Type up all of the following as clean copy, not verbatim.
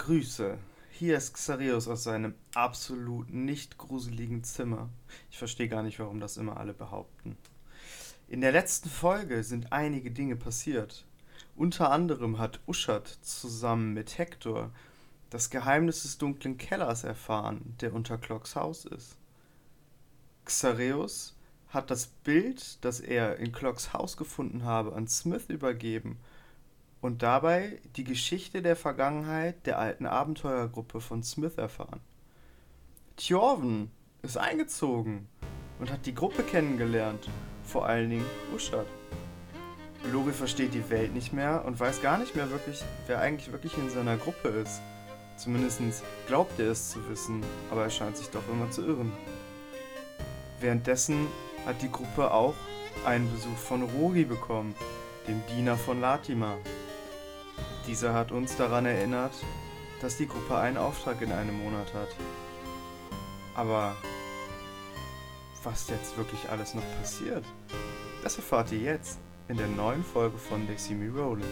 Grüße. Hier ist Xarios aus seinem absolut nicht gruseligen Zimmer. Ich verstehe gar nicht, warum das immer alle behaupten. In der letzten Folge sind einige Dinge passiert. Unter anderem hat Uschat zusammen mit Hector das Geheimnis des dunklen Kellers erfahren, der unter Clocks Haus ist. Xareus hat das Bild, das er in Clocks Haus gefunden habe, an Smith übergeben und dabei die Geschichte der Vergangenheit der alten Abenteuergruppe von Smith erfahren. Tjorven ist eingezogen und hat die Gruppe kennengelernt, vor allen Dingen Uschat. Lori versteht die Welt nicht mehr und weiß gar nicht mehr wirklich, wer eigentlich wirklich in seiner Gruppe ist. Zumindest glaubt er es zu wissen, aber er scheint sich doch immer zu irren. Währenddessen hat die Gruppe auch einen Besuch von Rogi bekommen, dem Diener von Latima. Dieser hat uns daran erinnert, dass die Gruppe einen Auftrag in einem Monat hat. Aber was jetzt wirklich alles noch passiert, das erfahrt ihr jetzt in der neuen Folge von They See Me Rollin'.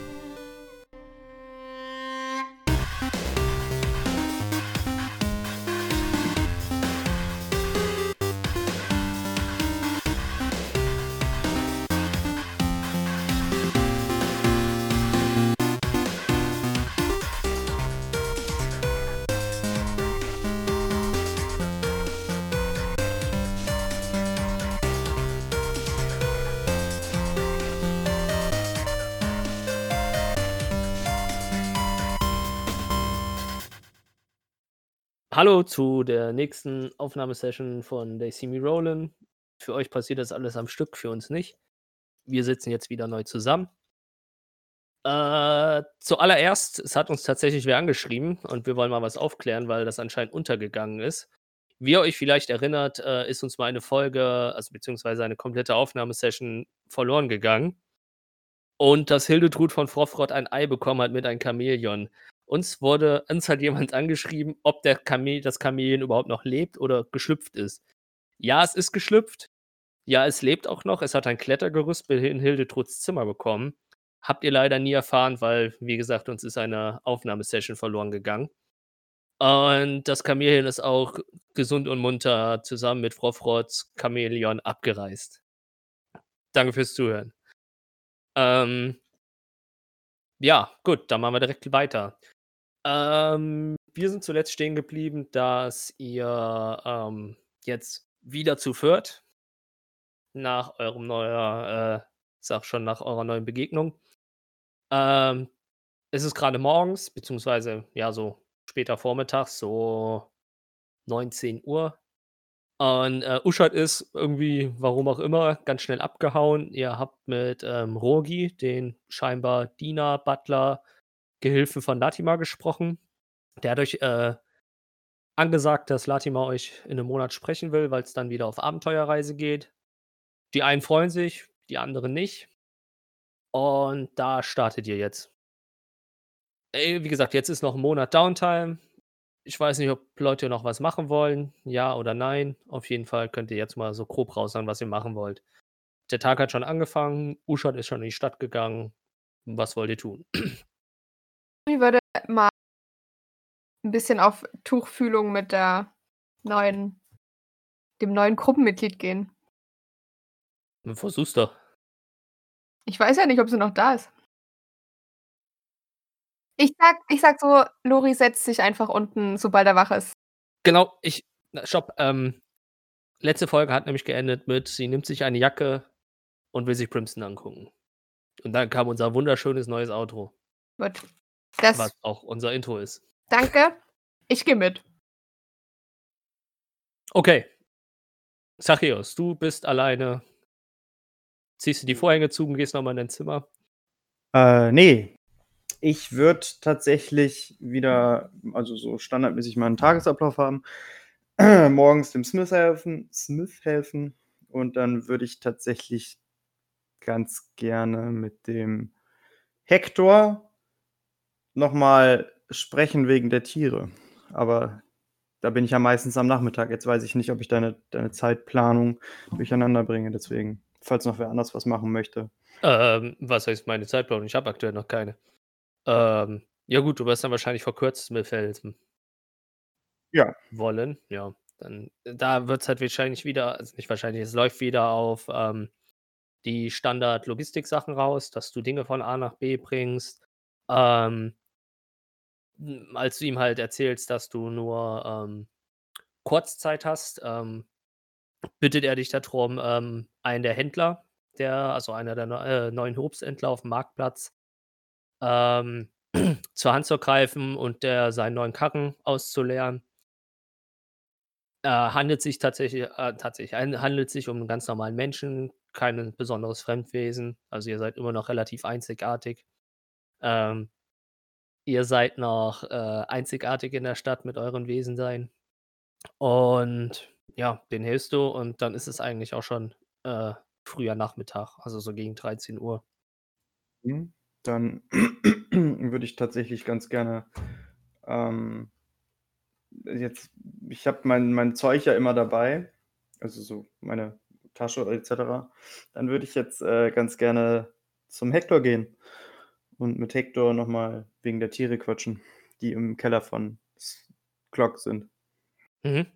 Hallo zu der nächsten Aufnahmesession von They See Me Rollin'. Für euch passiert das alles am Stück, für uns nicht. Wir sitzen jetzt wieder neu zusammen. Zuallererst, es hat uns tatsächlich wer angeschrieben und wir wollen mal was aufklären, weil das anscheinend untergegangen ist. Wie ihr euch vielleicht erinnert, ist uns mal eine Folge, also beziehungsweise eine komplette Aufnahmesession verloren gegangen. Und dass Hildetrud von Frofrott ein Ei bekommen hat mit einem Chamäleon. Uns hat jemand angeschrieben, ob das Chamäleon überhaupt noch lebt oder geschlüpft ist. Ja, es ist geschlüpft. Ja, es lebt auch noch. Es hat ein Klettergerüst in Hildetruds Zimmer bekommen. Habt ihr leider nie erfahren, weil, wie gesagt, uns ist eine Aufnahmesession verloren gegangen. Und das Chamäleon ist auch gesund und munter zusammen mit Frofrotts Chamäleon abgereist. Danke fürs Zuhören. Ja, gut, dann machen wir direkt weiter. Wir sind zuletzt stehen geblieben, dass ihr jetzt wieder zu viert nach nach eurer neuen Begegnung. Ähm, Es ist gerade morgens, beziehungsweise ja, so später vormittags, so 19 Uhr. Und Uschat ist irgendwie, warum auch immer, ganz schnell abgehauen. Ihr habt mit Rogi, den scheinbar Diener, Butler, Gehilfen von Latima gesprochen. Der hat euch angesagt, dass Latima euch in einem Monat sprechen will, weil es dann wieder auf Abenteuerreise geht. Die einen freuen sich, die anderen nicht. Und da startet ihr jetzt. Wie gesagt, jetzt ist noch 'n Monat Downtime. Ich weiß nicht, ob Leute noch was machen wollen, ja oder nein. Auf jeden Fall könnt ihr jetzt mal so grob raushauen, was ihr machen wollt. Der Tag hat schon angefangen, Uschat ist schon in die Stadt gegangen. Was wollt ihr tun? Ich würde mal ein bisschen auf Tuchfühlung mit neuen dem neuen Gruppenmitglied gehen. Versuch's doch. Ich weiß ja nicht, ob sie noch da ist. Ich sag so, Lori setzt sich einfach unten, sobald er wach ist. Genau, stopp, letzte Folge hat nämlich geendet mit, sie nimmt sich eine Jacke und will sich Primston angucken. Und dann kam unser wunderschönes neues Outro, Gut. was auch unser Intro ist. Danke. Ich gehe mit. Okay. Zachäus, du bist alleine. Ziehst du die Vorhänge zu und gehst noch mal in dein Zimmer? Nee. Ich würde tatsächlich wieder, also so standardmäßig meinen Tagesablauf haben. Morgens dem Smith helfen. Und dann würde ich tatsächlich ganz gerne mit dem Hector nochmal sprechen wegen der Tiere. Aber da bin ich ja meistens am Nachmittag. Jetzt weiß ich nicht, ob ich deine Zeitplanung durcheinander bringe. Deswegen, falls noch wer anders was machen möchte. Was heißt meine Zeitplanung? Ich habe aktuell noch keine. Ja gut, du wirst dann wahrscheinlich verkürzt mithelfen Ja. wollen, ja. Dann da wird's halt wahrscheinlich wieder also nicht wahrscheinlich, es läuft wieder auf, die Standard-Logistik-Sachen raus, dass du Dinge von A nach B bringst. Ähm, als du ihm halt erzählst, dass du nur, Kurzzeit hast, bittet er dich darum, einen der Händler, einer der neuen Obsthändler aufm Marktplatz, ähm, zur Hand zu greifen und der seinen neuen Karren auszuleeren. Handelt sich um 'n ganz normalen Menschen, kein besonderes Fremdwesen. Also, ihr seid immer noch relativ einzigartig. Ähm, ihr seid noch, einzigartig in der Stadt mit euren Wesensein. Und ja, den hilfst du und dann ist es eigentlich auch schon, äh, früher Nachmittag, also so gegen 13 Uhr. Mhm. Dann würde ich tatsächlich ganz gerne, ähm, jetzt ich habe mein Zeug ja immer dabei, also so meine Tasche et cetera. Dann würde ich jetzt, ganz gerne zum Hector gehen und mit Hector noch mal wegen der Tiere quatschen, die im Keller von Clock sind. Mhm.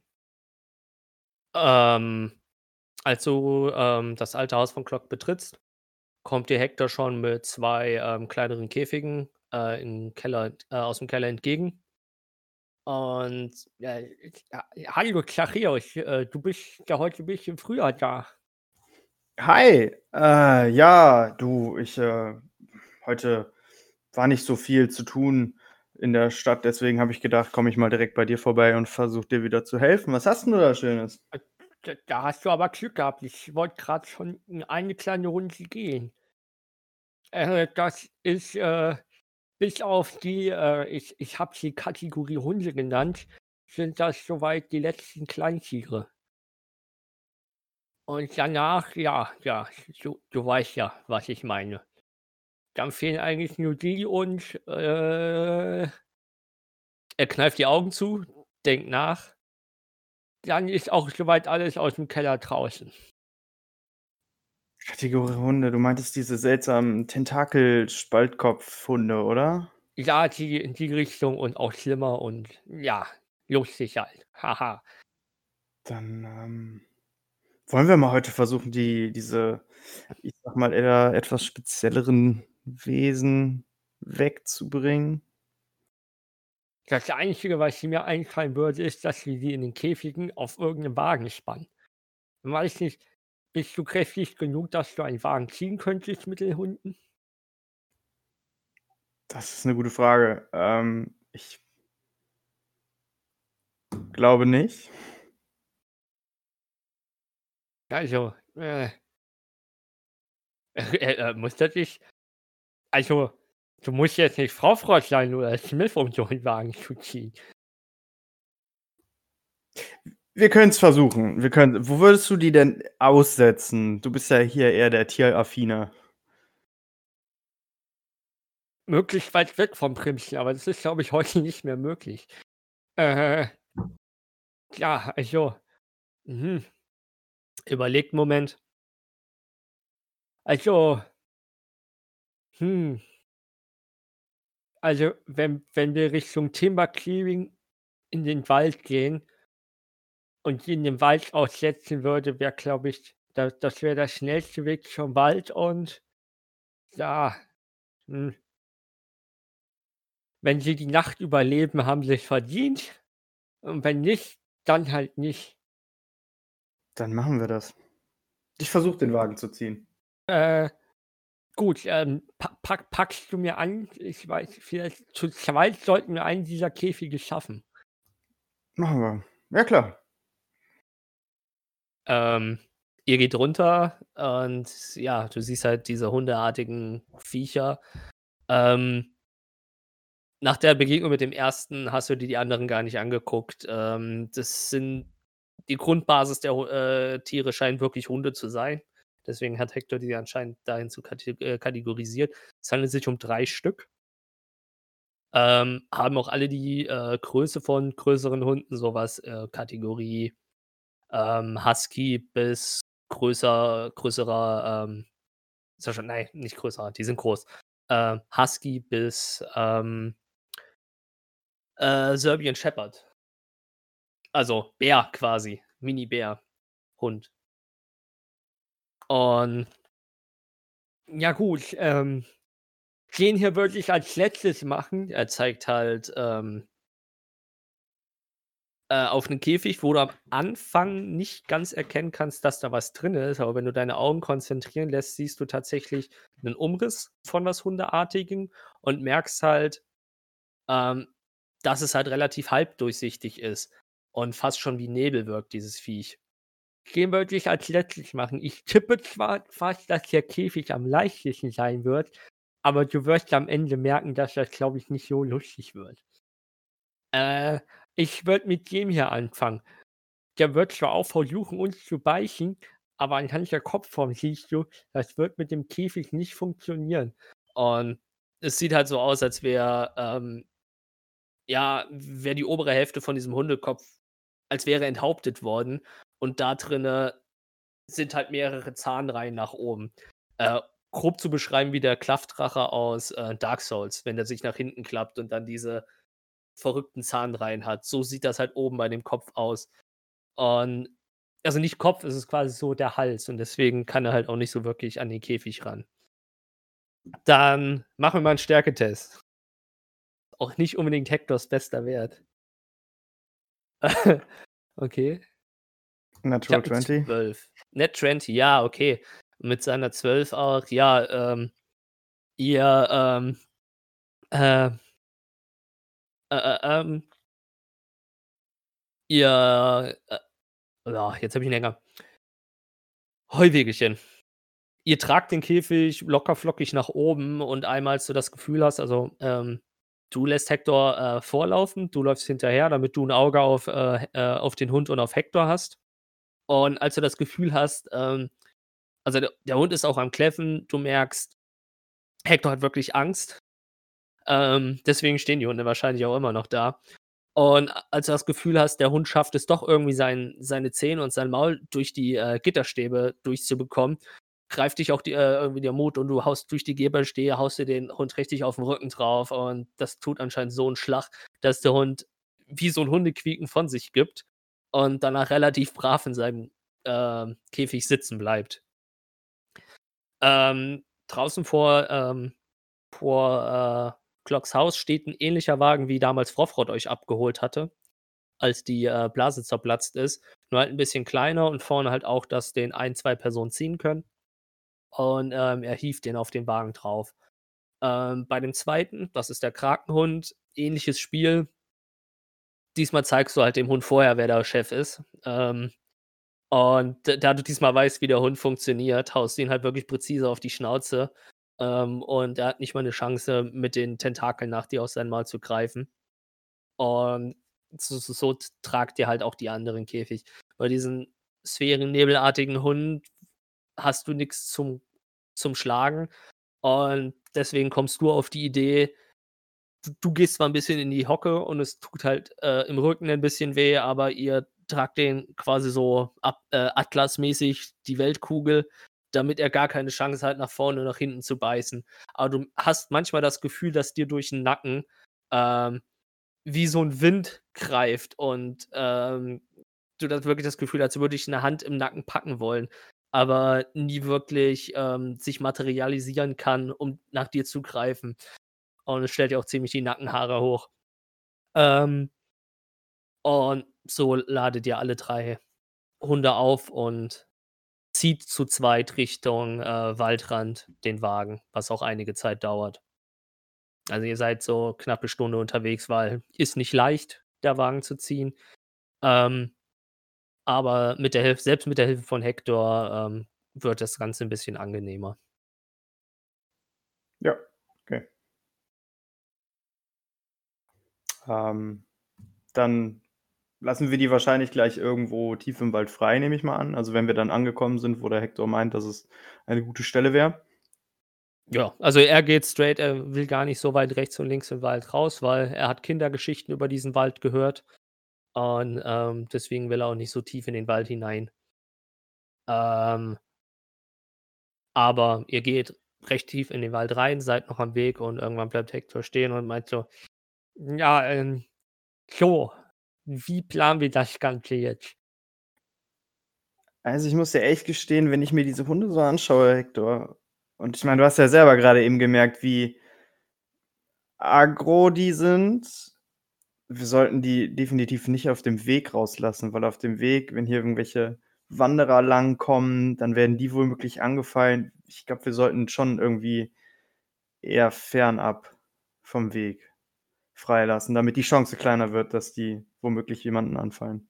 Ähm, als du, das alte Haus von Glock betrittst, kommt dir Hector schon mit 2 kleineren Käfigen, im Keller aus dem Keller entgegen. Und, „Hallo Zachäus, du bist ja heute ein bisschen früher da.“ Hi, ja, du, heute war nicht so viel zu tun in der Stadt, deswegen habe ich gedacht, komme ich mal direkt bei dir vorbei und versuche dir wieder zu helfen. Was hast 'n du da Schönes? Da hast du aber Glück gehabt. Ich wollte gerade schon in eine kleine Runde gehen. Das ist, bis auf die, ich habe sie Kategorie Hunde genannt, sind das soweit die letzten Kleintiere. Und danach, ja, du weißt ja, was ich meine. Dann fehlen eigentlich nur die und, er kneift die Augen zu, denkt nach, dann ist auch soweit alles aus dem Keller draußen. Kategorie Hunde, du meintest diese seltsamen Tentakel-Spaltkopf-Hunde, oder? Ja, die in die Richtung und auch schlimmer und ja, lustig halt. Haha. Dann, wollen wir mal heute versuchen, diese, ich sage mal, eher etwas spezielleren Wesen wegzubringen? Das Einzige, was mir einfallen würde, ist, dass wir die in den Käfigen auf irgendeinen Wagen spannen. Weiß nicht, bist du kräftig genug, dass du einen Wagen ziehen könntest mit den Hunden? Das ist 'ne gute Frage. Ich glaube nicht. Also, muss das nicht also, du musst jetzt nicht Frau Frosch sein oder Smith, um so 'n Wagen zu ziehen. Wir können's versuchen. Wir können Wo würdest du die denn aussetzen? Du bist ja hier eher der Tieraffine. Möglichst weit weg vom Prinzen, aber das ist, glaube ich, heute nicht mehr möglich. Äh, ja, also, mhm, überlegt 'n Moment. Also, hm, also, wenn wir Richtung Timber Clearing in den Wald gehen und die in den Wald aussetzen würde, wäre, glaube ich das wäre der schnellste Weg zum Wald und ja, hm, wenn sie die Nacht überleben, haben sie's verdient und wenn nicht, dann halt nicht. Dann machen wir das. Ich versuche, den Wagen zu ziehen. Äh, gut, packst du mir an ich weiß, vielleicht zu zweit sollten wir einen dieser Käfige schaffen. Machen wir. Ja klar. Ähm, ihr geht runter und ja, du siehst halt diese hundeartigen Viecher. Ähm, nach der Begegnung mit dem ersten hast du dir die anderen gar nicht angeguckt. Das sind die Grundbasis der Tiere scheinen wirklich Hunde zu sein. Deswegen hat Hector die anscheinend dahin zu kategorisiert. Es handelt sich um 3 Stück. Haben auch alle die, Größe von größeren Hunden, sowas Kategorie, Husky bis größerer, ist ja schon nein, nicht größerer, die sind groß. Husky bis, Serbian Shepherd. Also Bär quasi, Mini-Bär, Hund. Und ja gut, den hier würde ich als Letztes machen. Er zeigt halt, auf 'nen Käfig, wo du am Anfang nicht ganz erkennen kannst, dass da was drin ist, aber wenn du deine Augen konzentrieren lässt, siehst du tatsächlich 'nen Umriss von was Hundeartigem und merkst halt, ähm, dass es halt relativ halbdurchsichtig ist und fast schon wie Nebel wirkt, dieses Viech. Den würde ich als Letztes machen. Ich tippe zwar fast, dass der Käfig am leichtesten sein wird, aber du wirst am Ende merken, dass das, glaube ich, nicht so lustig wird. Äh, Ich würde mit dem hier anfangen. Der wird zwar auch versuchen, uns zu beißen, aber anhand der Kopfform siehst du, das wird mit dem Käfig nicht funktionieren. Und es sieht halt so aus, als wäre, ja, wäre die obere Hälfte von diesem Hundekopf als wäre enthauptet worden und da drinne sind halt mehrere Zahnreihen nach oben. Äh, Grob zu beschreiben wie der Klaffdrache aus, Dark Souls, wenn der sich nach hinten klappt und dann diese verrückten Zahnreihen hat. So sieht das halt oben bei dem Kopf aus. Und also nicht Kopf, es ist quasi so der Hals und deswegen kann er halt auch nicht so wirklich an den Käfig ran. Dann machen wir mal 'n Stärketest. Auch nicht unbedingt Hektors bester Wert. Okay. Ich Natural habe 'ne 20. 12. Net 20, ja, okay. Mit seiner 12 auch, ja, ihr, äh, äh, äh, ähm, ihr, jetzt habe ich 'n Hänger. Heuwegelchen. Ihr tragt den Käfig locker flockig nach oben und einmal als du das Gefühl hast also, du lässt Hector, vorlaufen, du läufst hinterher, damit du 'n Auge auf den Hund und auf Hector hast. Und als du das Gefühl hast, also der Hund ist auch am Kläffen, du merkst, Hector hat wirklich Angst. Deswegen stehen die Hunde wahrscheinlich auch immer noch da. Und als du das Gefühl hast, der Hund schafft es doch irgendwie seine Zähne und sein Maul durch die, Gitterstäbe durchzubekommen, greift dich auch irgendwie der Mut und du haust durch die Gitterstäbe haust dir den Hund richtig auf 'n Rücken drauf und das tut anscheinend so 'n Schlag, dass der Hund wie so 'n Hundequieken von sich gibt und danach relativ brav in seinem, Käfig sitzen bleibt. Draußen vor Glocks Haus steht 'n ähnlicher Wagen, wie damals Frofrott euch abgeholt hatte, als die, Blase zerplatzt ist, nur halt 'n bisschen kleiner und vorne halt auch, dass den 2 Personen ziehen können. Und, er hieft den auf den Wagen drauf. Bei dem zweiten, das ist der Krakenhund, ähnliches Spiel. Diesmal zeigst du halt dem Hund vorher, wer der Chef ist. Und da du diesmal weißt, wie der Hund funktioniert, haust du ihn halt wirklich präzise auf die Schnauze, und er hat nicht mal 'ne Chance, mit den Tentakeln nach dir aus seinem Maul zu greifen. Und so tragt ihr halt auch die anderen Käfig. Bei diesen sphärennebelartigen Hund hast du nix zum Schlagen und deswegen kommst du auf die Idee, du gehst zwar 'n bisschen in die Hocke und es tut halt, im Rücken 'n bisschen weh, aber ihr tragt den quasi so atlasmäßig die Weltkugel, damit er gar keine Chance hat, nach vorne und nach hinten zu beißen. Aber du hast manchmal das Gefühl, dass dir durch 'n Nacken, ähm, wie so 'n Wind greift und, du da wirklich das Gefühl hast, als würde dich 'ne Hand im Nacken packen wollen, aber nie wirklich, sich materialisieren kann, um nach dir zu greifen. Und es stellt dir auch ziemlich die Nackenhaare hoch. Ähm, und so ladet ihr alle 3 Hunde auf und zieht zu zweit Richtung, Waldrand den Wagen, was auch einige Zeit dauert. Also, ihr seid so knappe Stunde unterwegs, weil ist nicht leicht, der Wagen zu ziehen. Ähm, aber mit der Hilfe selbst mit der Hilfe von Hector, wird das Ganze 'n bisschen angenehmer. Ja, okay. Ähm, Dann lassen wir die wahrscheinlich gleich irgendwo tief im Wald frei, nehme ich mal an. Also, wenn wir dann angekommen sind, wo der Hector meint, dass es eine gute Stelle wäre. Ja, also er geht straight, er will gar nicht so weit rechts und links im Wald raus, weil er hat Kindergeschichten über diesen Wald gehört und, deswegen will er auch nicht so tief in den Wald hinein. Ähm, aber ihr geht recht tief in den Wald rein, seid noch am Weg und irgendwann bleibt Hector stehen und meint so: „Ja, So, wie planen wir das Ganze jetzt? Also, ich muss dir echt gestehen, wenn ich mir diese Hunde so anschaue, Hector, und ich meine, du hast ja selber gerade eben gemerkt, wie aggro die sind. Wir sollten die definitiv nicht auf dem Weg rauslassen, weil auf dem Weg, wenn hier irgendwelche Wanderer langkommen, dann werden die womöglich angefallen. Ich glaube, wir sollten schon irgendwie eher fernab vom Weg freilassen, damit die Chance kleiner wird, dass die womöglich jemanden anfallen.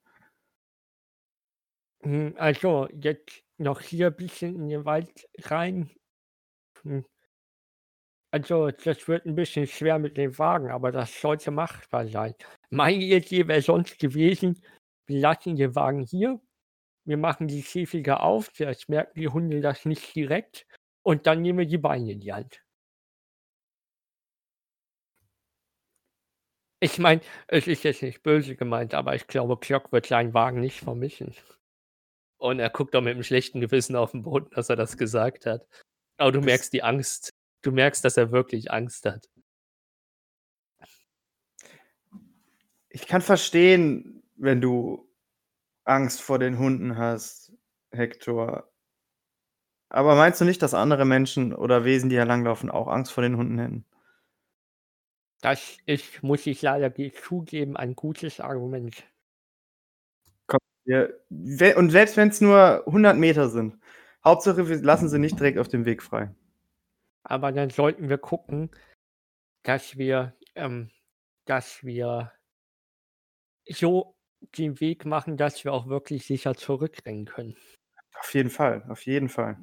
Also, jetzt noch hier ein bisschen in den Wald rein. Hm, also, das wird ein bisschen schwer mit dem Wagen, aber das sollte machbar sein. Meine Idee wäre sonst gewesen, wir lassen den Wagen hier, wir machen die Käfige auf, vielleicht merken die Hunde das nicht direkt und dann nehmen wir die Beine in die Hand. Ich meine, es ist jetzt nicht böse gemeint, aber ich glaube, Glock wird seinen Wagen nicht vermissen. Und er guckt auch mit 'nem schlechten Gewissen auf 'n Boden, dass er das gesagt hat. Aber du Das merkst die Angst. Du merkst, dass er wirklich Angst hat. Ich kann verstehen, wenn du Angst vor den Hunden hast, Hector. Aber meinst du nicht, dass andere Menschen oder Wesen, die hier langlaufen, auch Angst vor den Hunden hätten? Das ist, muss ich leider zugeben, ein gutes Argument. Komm, und selbst wenn's nur 100 Meter sind. Hauptsache, wir lassen sie nicht direkt auf dem Weg frei. Aber dann sollten wir gucken, dass wir dass wir so den Weg machen, dass wir auch wirklich sicher zurückrennen können. Auf jeden Fall, auf jeden Fall.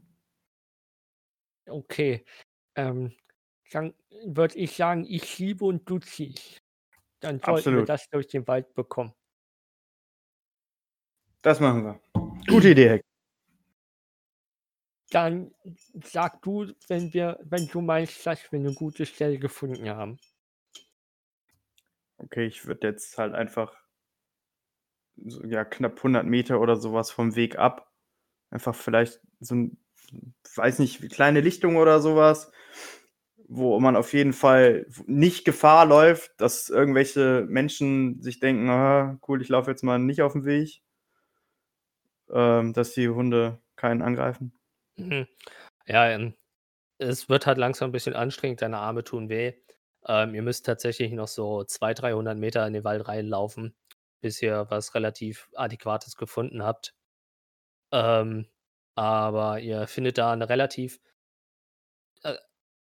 Okay, ähm, dann würde ich sagen, ich schiebe und du ziehst. Dann sollten wir Absolut. das durch den Wald bekommen. Das machen wir. Gute Idee, Hector. Dann sag du, wenn du meinst, dass wir 'ne gute Stelle gefunden haben. Okay, ich würde jetzt halt einfach so, ja, knapp 100 Meter oder so was vom Weg ab einfach vielleicht so 'n, weiß nicht, kleine Lichtung oder so was, wo man auf jeden Fall nicht Gefahr läuft, dass irgendwelche Menschen sich denken: „Ah, cool, ich laufe jetzt mal nicht aufm Weg“, dass die Hunde keinen angreifen. Mhm. Ja, es wird halt langsam 'n bisschen anstrengend, deine Arme tun weh. Ihr müsst tatsächlich noch so 200, 300 Meter in den Wald reinlaufen, bis ihr was relativ Adäquates gefunden habt. Ähm, aber ihr findet da 'ne relativ äh,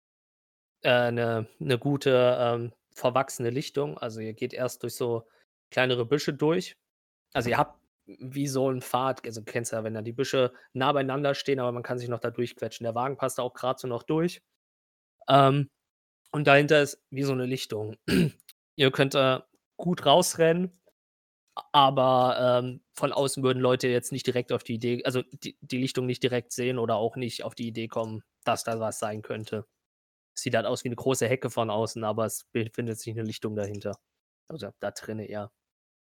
'ne gute, verwachsene Lichtung. Also, ihr geht erst durch so kleinere Büsche durch. Also, ihr habt wie so 'n Pfad, also, du kennst ja, wenn da die Büsche nah beieinander stehen, aber man kann sich noch da durchquetschen. Der Wagen passt da auch grad so noch durch. Ähm, und dahinter ist wie so 'ne Lichtung. Ihr könnt da gut rausrennen, aber, von außen würden Leute jetzt nicht direkt auf die Idee, also, die Lichtung nicht direkt sehen oder auch nicht auf die Idee kommen, dass da was sein könnte. Sieht halt aus wie 'ne große Hecke von außen, aber es befindet sich 'ne Lichtung dahinter. Also, da drinnen eher.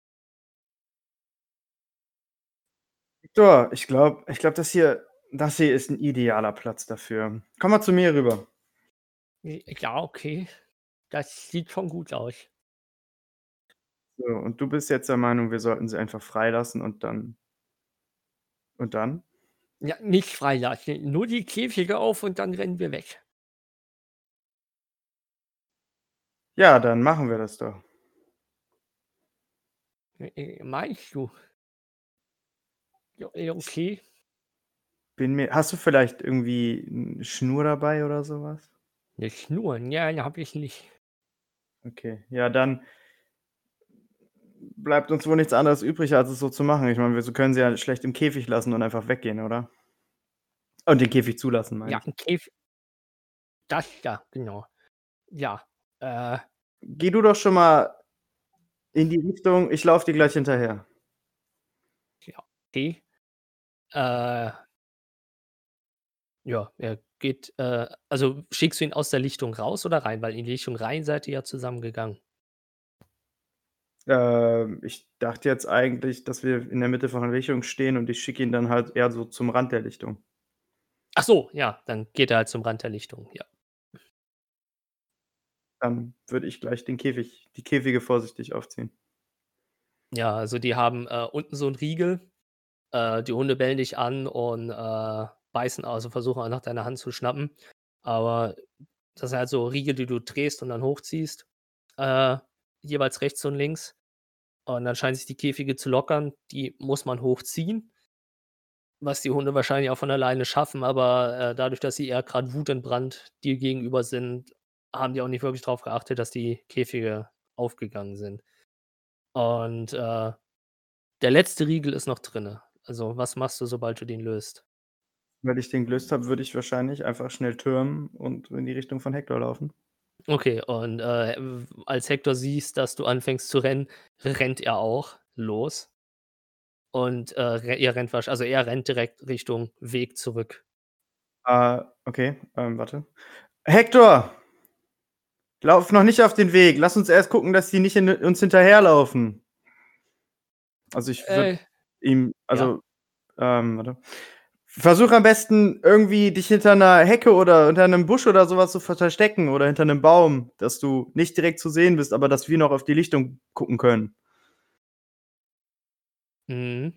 Victor, ich glaube, das hier ist 'n idealer Platz dafür. Komm mal zu mir rüber. Ja, okay. Das sieht schon gut aus. So, und du bist jetzt der Meinung, wir sollten sie einfach freilassen und dann? Ja, nicht freilassen, nur die Käfige auf und dann rennen wir weg. Ja, dann machen wir das doch. Meinst du? Ja, okay. Hast du vielleicht irgendwie 'ne Schnur dabei oder so was? 'Ne Schnur? Ne, habe ich nicht. Okay, ja, dann bleibt uns wohl nichts anderes übrig, als es so zu machen. Ich meine, wir können sie ja schlecht im Käfig lassen und einfach weggehen, oder? Und den Käfig zulassen, meine Ja, ich. 'n Käf das ja, genau. Ja, äh, Geh du doch schon mal in die Richtung, ich laufe dir gleich hinterher. ja, okay. Äh, ja, er geht, also, schickst du ihn aus der Lichtung raus oder rein? Weil in die Lichtung rein seid ihr ja zusammen gegangen. Ich dachte jetzt eigentlich, dass wir in der Mitte von der Lichtung stehen und ich schicke ihn dann halt eher so zum Rand der Lichtung. Ach so, ja, dann geht er halt zum Rand der Lichtung, ja. Dann würde ich gleich die Käfige vorsichtig aufziehen. Ja, also die haben, unten so 'n Riegel. Die Hunde bellen dich an und, beißen also versuchen auch nach deiner Hand zu schnappen. Aber das sind halt so Riegel, die du drehst und dann hochziehst, äh, jeweils rechts und links. Und dann scheinen sich die Käfige zu lockern. Die muss man hochziehen, was die Hunde wahrscheinlich auch von alleine schaffen, aber, dadurch, dass sie eher grad wutentbrannt dir gegenüber sind, haben die auch nicht wirklich drauf geachtet, dass die Käfige aufgegangen sind. Und, der letzte Riegel ist noch drinne. Also, was machst du, sobald du den löst? Weil ich den gelöst habe, würde ich wahrscheinlich einfach schnell türmen und in die Richtung von Hector laufen. Okay, und, als Hector siehst, dass du anfängst zu rennen, rennt er auch los und, ihr rennt also er rennt direkt Richtung Weg zurück. Okay, warte. Hector! Lauf noch nicht auf den Weg. Lass uns erst gucken, dass die nicht uns hinterherlaufen. Also, ich würde Äh, ihm ja. warte. Versuch am besten irgendwie dich hinter 'ner Hecke oder unter 'nem Busch oder so was zu verstecken oder hinter 'nem Baum, dass du nicht direkt zu sehen bist, aber dass wir noch auf die Lichtung gucken können. Mhm.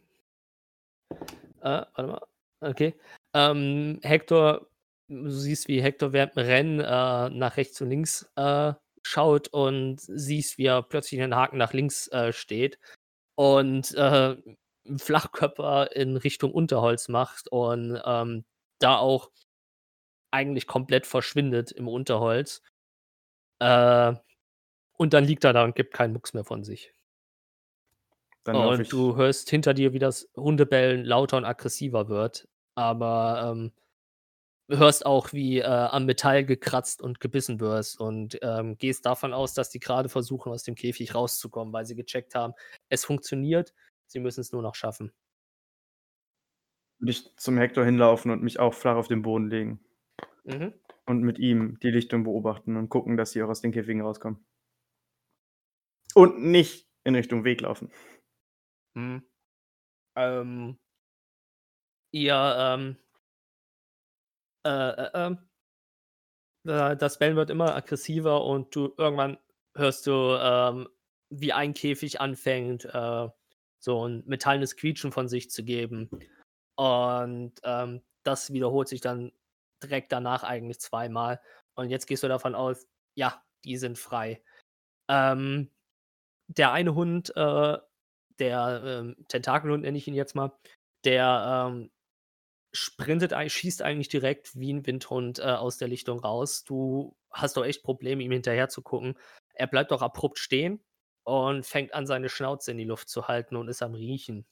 Warte mal. Okay. Hector du siehst, wie Hector während dem Rennen, nach rechts und links, schaut und siehst, wie er plötzlich 'nen Haken nach links, steht und, 'n Flachkörper in Richtung Unterholz macht und, da auch eigentlich komplett verschwindet im Unterholz. Äh, und dann liegt er da und gibt keinen Mucks mehr von sich. Dann laufe Und ich du hörst hinter dir, wie das Hundebellen lauter und aggressiver wird, aber, hörst auch, wie, am Metall gekratzt und gebissen wirst und, gehst davon aus, dass die grade versuchen, aus dem Käfig rauszukommen, weil sie gecheckt haben, es funktioniert, sie müssen's nur noch schaffen. würde ich zum Hector hinlaufen und mich auch flach auf den Boden legen Mhm. und mit ihm die Lichtung beobachten und gucken, dass sie auch aus den Käfigen rauskommen. Und nicht in Richtung Weg laufen. Mhm. Ähm, ihr, äh, äh, ähm das Bellen wird immer aggressiver und du irgendwann hörst du, wie ein Käfig anfängt, so 'n metallenes Quietschen von sich zu geben. Und, das wiederholt sich dann direkt danach eigentlich zweimal. Und jetzt gehst du davon aus, ja, die sind frei. Ähm, der eine Hund, der, Tentakelhund nenne ich ihn jetzt mal, der, schießt eigentlich direkt wie 'n Windhund, aus der Lichtung raus. Du hast doch echt Probleme, ihm hinterher zu gucken. Er bleibt auch abrupt stehen und fängt an, seine Schnauze in die Luft zu halten und ist am Riechen.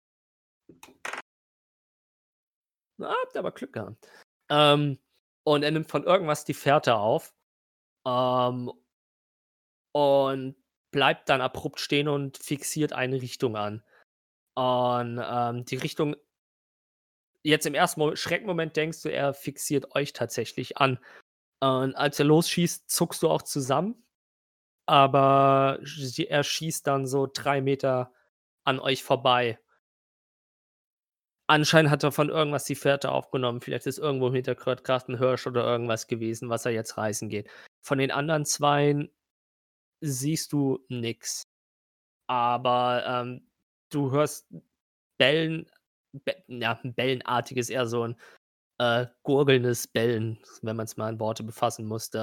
Na, habt ihr aber Glück gehabt. Und er nimmt von irgendwas die Fährte auf, ähm, und bleibt dann abrupt stehen und fixiert eine Richtung an. Und, die Richtung jetzt im ersten Schreckmoment denkst du, er fixiert euch tatsächlich an. Und als er losschießt, zuckst du auch zusammen, aber er schießt dann so 3 Meter an euch vorbei. Anscheinend hat er von irgendwas die Fährte aufgenommen. Vielleicht ist irgendwo im Hintergrund grad 'n Hirsch oder irgendwas gewesen, was er jetzt reißen geht. Von den anderen Zweien siehst du nix, aber, du hörst Bellen, ja, 'n Bellenartiges, eher so 'n, gurgelndes Bellen, wenn man's mal in Worte befassen musste,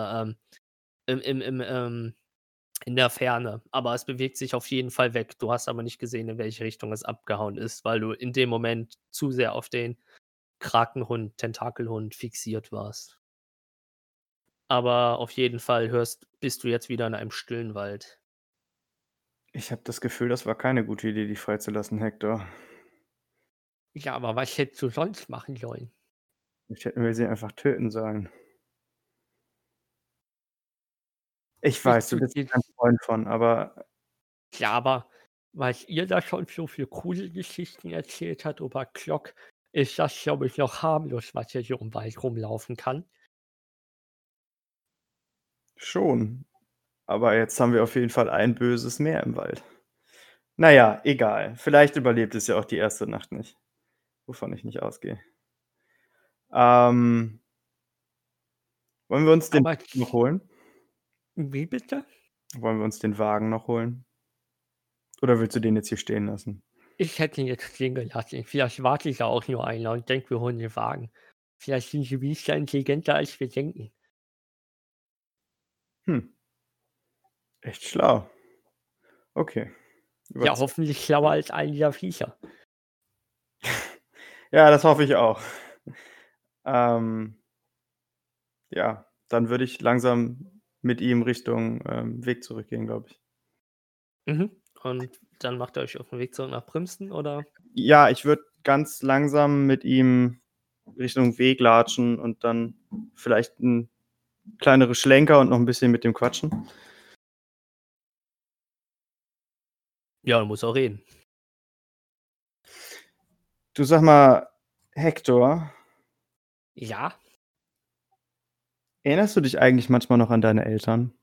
im in der Ferne, aber es bewegt sich auf jeden Fall weg. Du hast aber nicht gesehen, in welche Richtung es abgehauen ist, weil du in dem Moment zu sehr auf den Krakenhund, Tentakelhund fixiert warst. Aber auf jeden Fall bist du jetzt wieder in einem stillen Wald. Ich habe das Gefühl, das war keine gute Idee, dich freizulassen, Hector. Ja, aber was hättest du sonst machen sollen? Vielleicht hätten wir sie einfach töten sollen. Ich weiß, Bist du du bist dir kein Freund von, aber Ja, aber weil ihr da schon so viel Gruselgeschichten erzählt hat über Glock, ist das, glaube ich, noch harmlos, was hier so im Wald rumlaufen kann. schon. Aber jetzt haben wir auf jeden Fall ein Böses mehr im Wald. Na ja, egal. Vielleicht überlebt es ja auch die erste Nacht nicht, wovon ich nicht ausgehe. Ähm, wollen wir uns den Aber noch holen? wie bitte? Wollen wir uns den Wagen noch holen? Oder willst du den jetzt hier stehen lassen? Ich hätte ihn jetzt stehen gelassen. Vielleicht warte ich ja auch nur einer und denke, wir holen den Wagen. Vielleicht sind die Biester intelligenter, als wir denken. Hm, echt schlau. Okay. Ja, hoffentlich schlauer als all dieser Viecher. Ja, das hoffe ich auch. Ja, dann würde ich langsam mit ihm Richtung Weg zurückgehen, glaube ich. Mhm. Und dann macht ihr euch auf den Weg zurück nach Primston, oder? Ja, ich würde ganz langsam mit ihm Richtung Weg latschen und dann vielleicht ein kleinere Schlenker und noch ein bisschen mit dem quatschen. Ja, du musst auch reden. Du, sag mal, Hector, Ja, erinnerst du dich eigentlich manchmal noch an deine Eltern?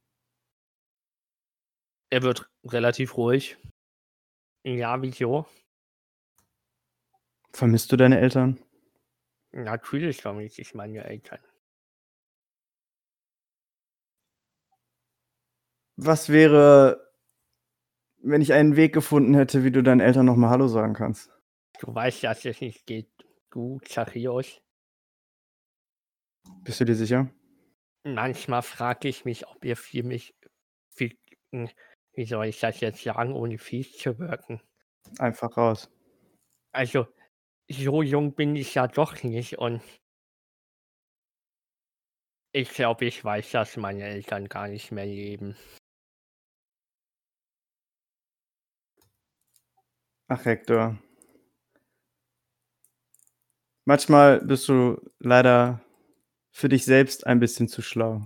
er wird relativ ruhig. Ja, wieso? Vermisst du deine Eltern? Natürlich vermisse ich meine Eltern. Was wäre, wenn ich einen Weg gefunden hätte, wie du deinen Eltern noch mal hallo sagen kannst? Du weißt, dass es nicht geht. Du, Zachäus. Bist du dir sicher? Manchmal frage ich mich, ob ihr für mich, wie, wie soll ich das jetzt sagen, ohne fies zu wirken? Einfach raus. Also, so jung bin ich ja doch nicht und ich glaube, ich weiß, dass meine Eltern gar nicht mehr leben. Ach, Hector. Manchmal bist du leider für dich selbst ein bisschen zu schlau.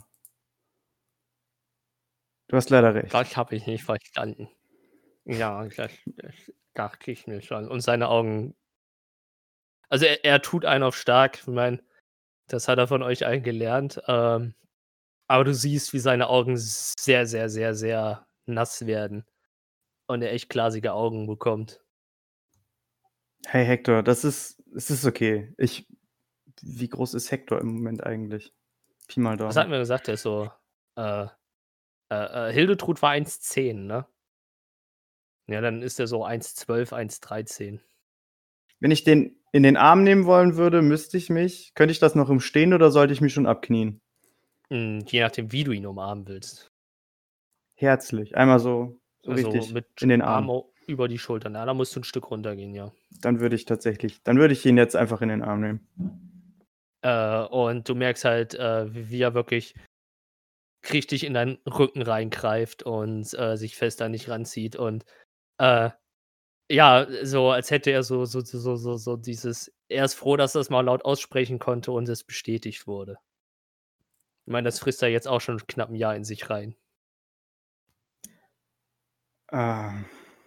Du hast leider recht. Das habe ich nicht verstanden. Ja, das dachte ich mir schon. Und seine Augen. Also er tut einen auf stark. Ich meine, das hat er von euch allen gelernt. Aber du siehst, wie seine Augen sehr, sehr, sehr, sehr nass werden. Und er echt glasige Augen bekommt. Hey Hector, es ist okay. Wie groß ist Hector im Moment eigentlich? Pi mal Was hatten Daumen. wir gesagt? Der ist so. Äh, Hildetrud war 1,10, ne? Ja, dann ist er so 1,12, 1,13. Wenn ich den in den Arm nehmen wollen würde, könnte ich das noch im Stehen oder sollte ich mich schon abknien? Je nachdem, wie du ihn umarmen willst. Herzlich. Einmal so Also richtig mit in den Arm Arm. über die Schultern. Ja, da musst du ein Stück runtergehen, ja. Dann würde ich ihn jetzt einfach in den Arm nehmen. Und du merkst halt, wie er wirklich richtig in deinen Rücken reingreift und sich fest an dich ranzieht. Und äh, ja, so als hätte er so dieses. Er ist froh, dass er es mal laut aussprechen konnte und es bestätigt wurde. Ich meine, das frisst er jetzt auch schon knapp ein Jahr in sich rein. Ah.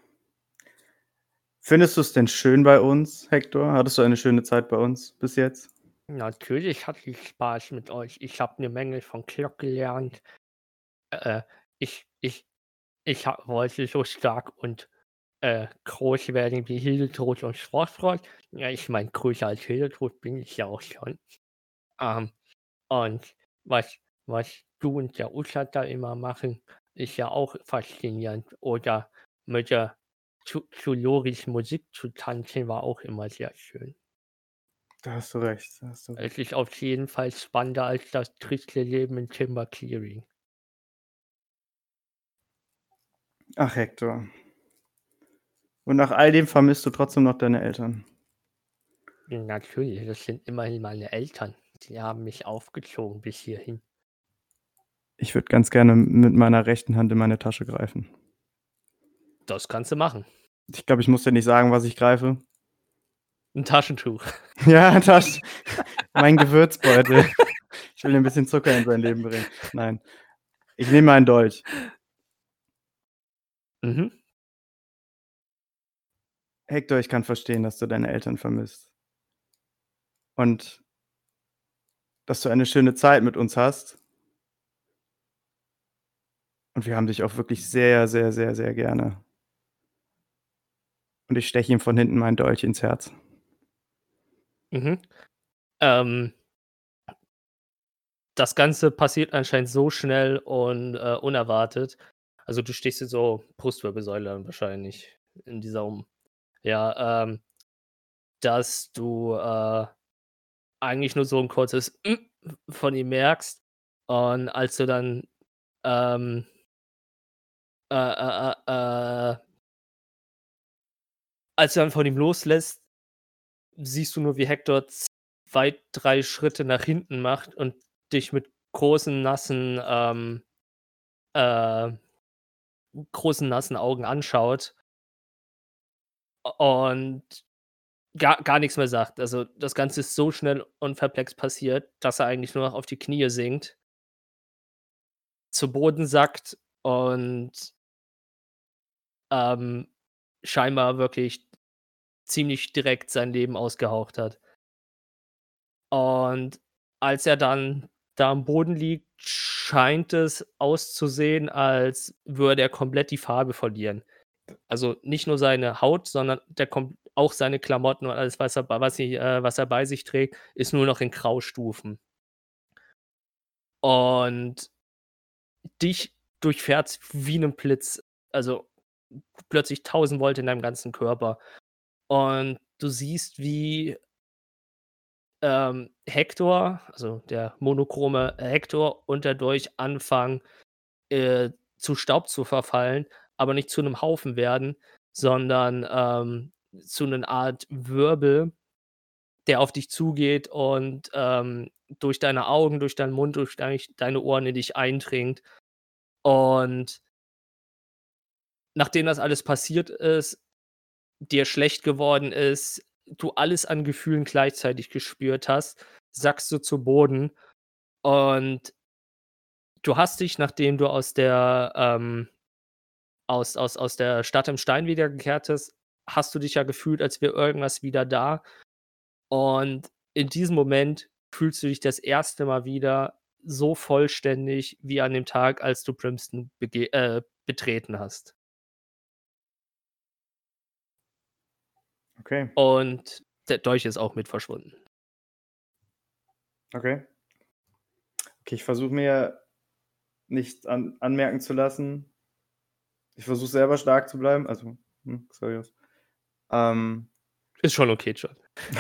Findest du es denn schön bei uns, Hector? Hattest du eine schöne Zeit bei uns bis jetzt? Natürlich hatte ich Spaß mit euch. Ich habe eine Menge von Glock gelernt. Äh, ich, ich, wollte so stark und groß werden wie Hildetrud und Schwarzbrot. Ja, ich meine, größer als Hildetrud bin ich ja auch schon. Ähm, und was du und der Uschat da immer machen, ist ja auch faszinierend. Oder mit der zu Loris Musik zu tanzen, war auch immer sehr schön. Da hast du recht, da hast du recht. Es ist auf jeden Fall spannender als das triste Leben in Timber Clearing. Ach, Hector. Und nach all dem vermisst du trotzdem noch deine Eltern. Natürlich, das sind immerhin meine Eltern. Die haben mich aufgezogen bis hierhin. Ich würde ganz gerne mit meiner rechten Hand in meine Tasche greifen. Das kannst du machen. Ich glaube, ich muss dir nicht sagen, was ich greife. Ein Taschentuch. Ja, mein Gewürzbeutel. Ich will ein bisschen Zucker in sein Leben bringen. Nein. Ich nehme einen Dolch. Mhm. Hector, ich kann verstehen, dass du deine Eltern vermisst. Und dass du eine schöne Zeit mit uns hast. Und wir haben dich auch wirklich sehr, sehr, sehr, sehr gerne. Und ich steche ihm von hinten meinen Dolch ins Herz. Mhm. Das Ganze passiert anscheinend so schnell und unerwartet. Also, du stichst jetzt so Brustwirbelsäule dann wahrscheinlich in dieser ja, dass du, eigentlich nur so ein kurzes von ihm merkst und als du dann, ähm, äh, äh, äh, äh als du dann von ihm loslässt, siehst du nur, wie Hector 2, 3 Schritte nach hinten macht und dich mit äh großen nassen Augen anschaut und gar nichts mehr sagt. Also, das Ganze ist so schnell und perplex passiert, dass er eigentlich nur noch auf die Knie sinkt, zu Boden sackt und, ähm, scheinbar wirklich ziemlich direkt sein Leben ausgehaucht hat. Und als er dann da am Boden liegt, scheint es auszusehen, als würde er komplett die Farbe verlieren. Also, nicht nur seine Haut, sondern der kommt auch seine Klamotten und alles, was er bei sich trägt, ist nur noch in Graustufen. Und dich durchfährt's wie 'nen Blitz. Also, plötzlich 1000 Volt in deinem ganzen Körper. Und du siehst, wie, Hector, also der monochrome Hector und der Dolch anfangen, zu Staub zu verfallen, aber nicht zu 'nem Haufen werden, sondern, zu 'nen Art Wirbel, der auf dich zugeht und, durch deine Augen, durch deinen Mund, durch deine Ohren in dich eindringt. Und nachdem das alles passiert ist, dir schlecht geworden ist, du alles an Gefühlen gleichzeitig gespürt hast, sackst du zu Boden und du hast dich, nachdem du aus der Stadt im Stein wiedergekehrt bist, hast du dich ja gefühlt, als wäre irgendwas wieder da. Und in diesem Moment fühlst du dich das erste Mal wieder so vollständig wie an dem Tag, als du Brimston betreten hast. Okay, Und der Dolch ist auch mit verschwunden. okay. Okay, ich versuche mir nicht anmerken zu lassen. Ich versuche selber stark zu bleiben. Also, seriös. Ist schon okay, John.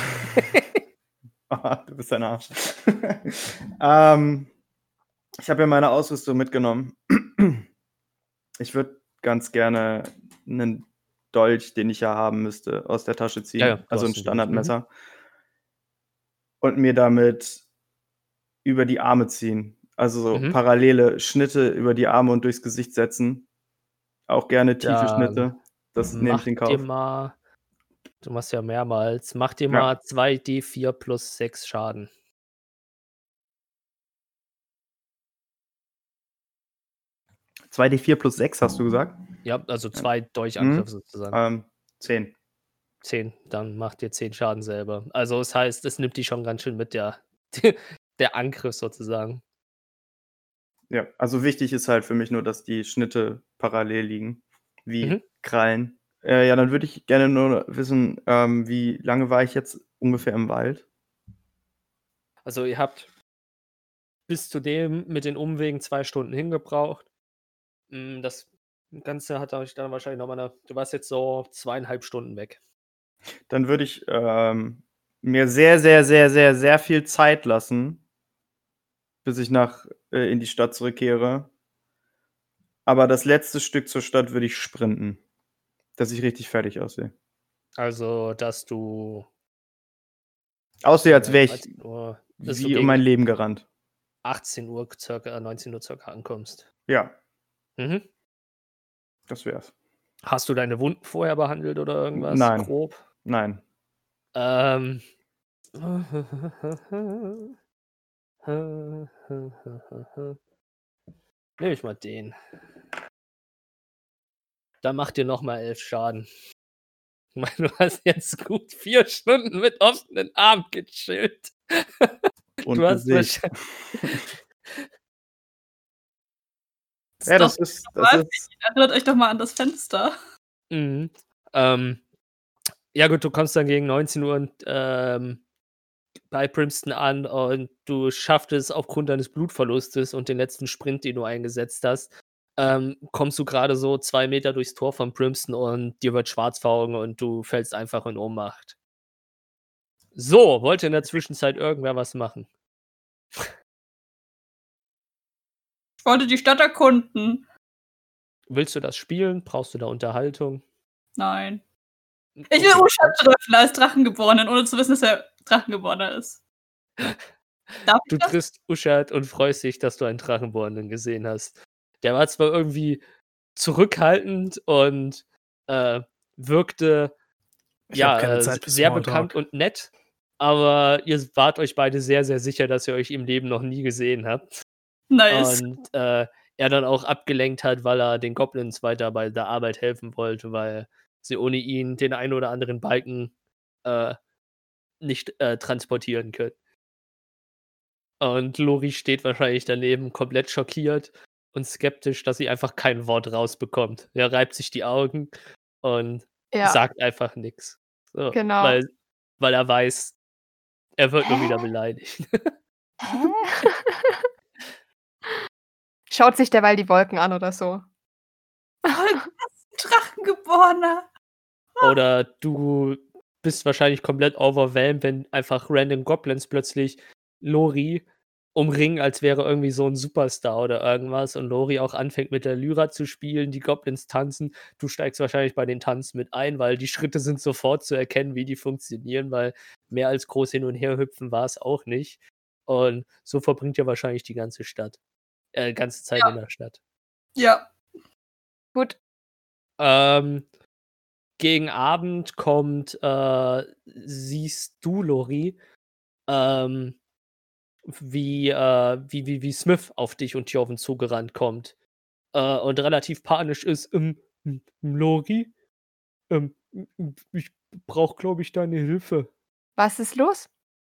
Du bist ein Arsch. Ich habe ja meine Ausrüstung mitgenommen. Ich würde ganz gerne einen Dolch, den ich ja haben müsste, aus der Tasche ziehen. Ja, du Also ein hast 'n Dolch, Standardmesser. Und mir damit über die Arme ziehen. Also so Mhm. parallele Schnitte über die Arme und durchs Gesicht setzen. Auch gerne tiefe Dann Schnitte. Das nehme ich mach in dir Kauf. mal du machst ja mehrmals, mach dir Ja. mal 2d4 plus 6 Schaden. 2d4 plus 6, hast du gesagt? Ja, also Ja. 2 Dolchangriffe Mhm. sozusagen. 10. 10, dann mach dir 10 Schaden selber. Also, das heißt, es nimmt dich schon ganz schön mit, der Angriff sozusagen. Ja, also wichtig ist halt für mich nur, dass die Schnitte parallel liegen, Mhm. wie Krallen. Ja, dann würde ich gerne nur wissen, wie lange war ich jetzt ungefähr im Wald? Also, ihr habt bis zu dem mit den Umwegen 2 Stunden hingebraucht. Das Ganze hat euch dann wahrscheinlich noch mal 'ne du warst jetzt so 2,5 Stunden weg. Dann würde ich, mir sehr, sehr, sehr, sehr, sehr viel Zeit lassen, bis ich in die Stadt zurückkehre. Aber das letzte Stück zur Stadt würde ich sprinten, dass ich richtig fertig aussehe. Also, dass du Aussehe, als wäre ich 13:00, dass du wie um mein gegen Leben gerannt. 18:00 circa 19:00 circa ankommst. Ja, Mhm. das wär's. Hast du deine Wunden vorher behandelt oder irgendwas Nein, grob? nein. Ähm. Nehme ich mal den. Dann macht dir noch mal 11 Schaden. Ich meine, du hast jetzt gut 4 Stunden mit offenen Armen gechillt. Und Du hast Gesicht. wahrscheinlich Ja, Doch, das normal. ist Erinnert euch doch mal an das Fenster. mhm. Ja gut, du kommst dann gegen 19:00 und, bei Brimston an und du schaffst es aufgrund deines Blutverlustes und den letzten Sprint, den du eingesetzt hast, kommst du gerade so 2 Meter durchs Tor von Brimston und dir wird schwarz vor Augen und du fällst einfach in Ohnmacht. So, wollte in der Zwischenzeit irgendwer was machen? Ich wollte die Stadt erkunden. Willst du das spielen? Brauchst du da Unterhaltung? Nein. Ich Okay. will Uschat treffen als Drachengeborenen, ohne zu wissen, dass er Drachengeborener ist. Darf Du ich das? triffst Uschat und freust dich, dass du einen Drachenbornen gesehen hast. Der war zwar irgendwie zurückhaltend und wirkte Ich habe keine Zeit für sehr Smalltalk. bekannt und nett, aber ihr wart euch beide sehr, sehr sicher, dass ihr euch im Leben noch nie gesehen habt. Nice. Und er dann auch abgelenkt hat, weil er den Goblins weiter bei der Arbeit helfen wollte, weil sie ohne ihn den einen oder anderen Balken nicht transportieren können. Und Lori steht wahrscheinlich daneben, komplett schockiert und skeptisch, dass sie einfach kein Wort rausbekommt. Er reibt sich die Augen und Ja, sagt einfach nichts. So, genau. weil er weiß, er wird nur Hä? wieder beleidigt. Hä? Schaut sich derweil die Wolken an oder so. Drachengeborener. Oder du bist wahrscheinlich komplett overwhelmed, wenn einfach random Goblins plötzlich Lori umringen, als wäre irgendwie so ein Superstar oder irgendwas und Lori auch anfängt mit der Lyra zu spielen, die Goblins tanzen. Du steigst wahrscheinlich bei den Tanz mit ein, weil die Schritte sind sofort zu erkennen, wie die funktionieren, weil mehr als groß hin und her hüpfen war es auch nicht. Und so verbringt ihr wahrscheinlich die ganze ganze Zeit in der Stadt. Ja. Gut. Gegen Abend siehst du, Lori, wie Smith auf dich und Joven zugerannt kommt. Und relativ panisch ist, Lori, ich brauche, glaube ich, deine Hilfe. Was ist los?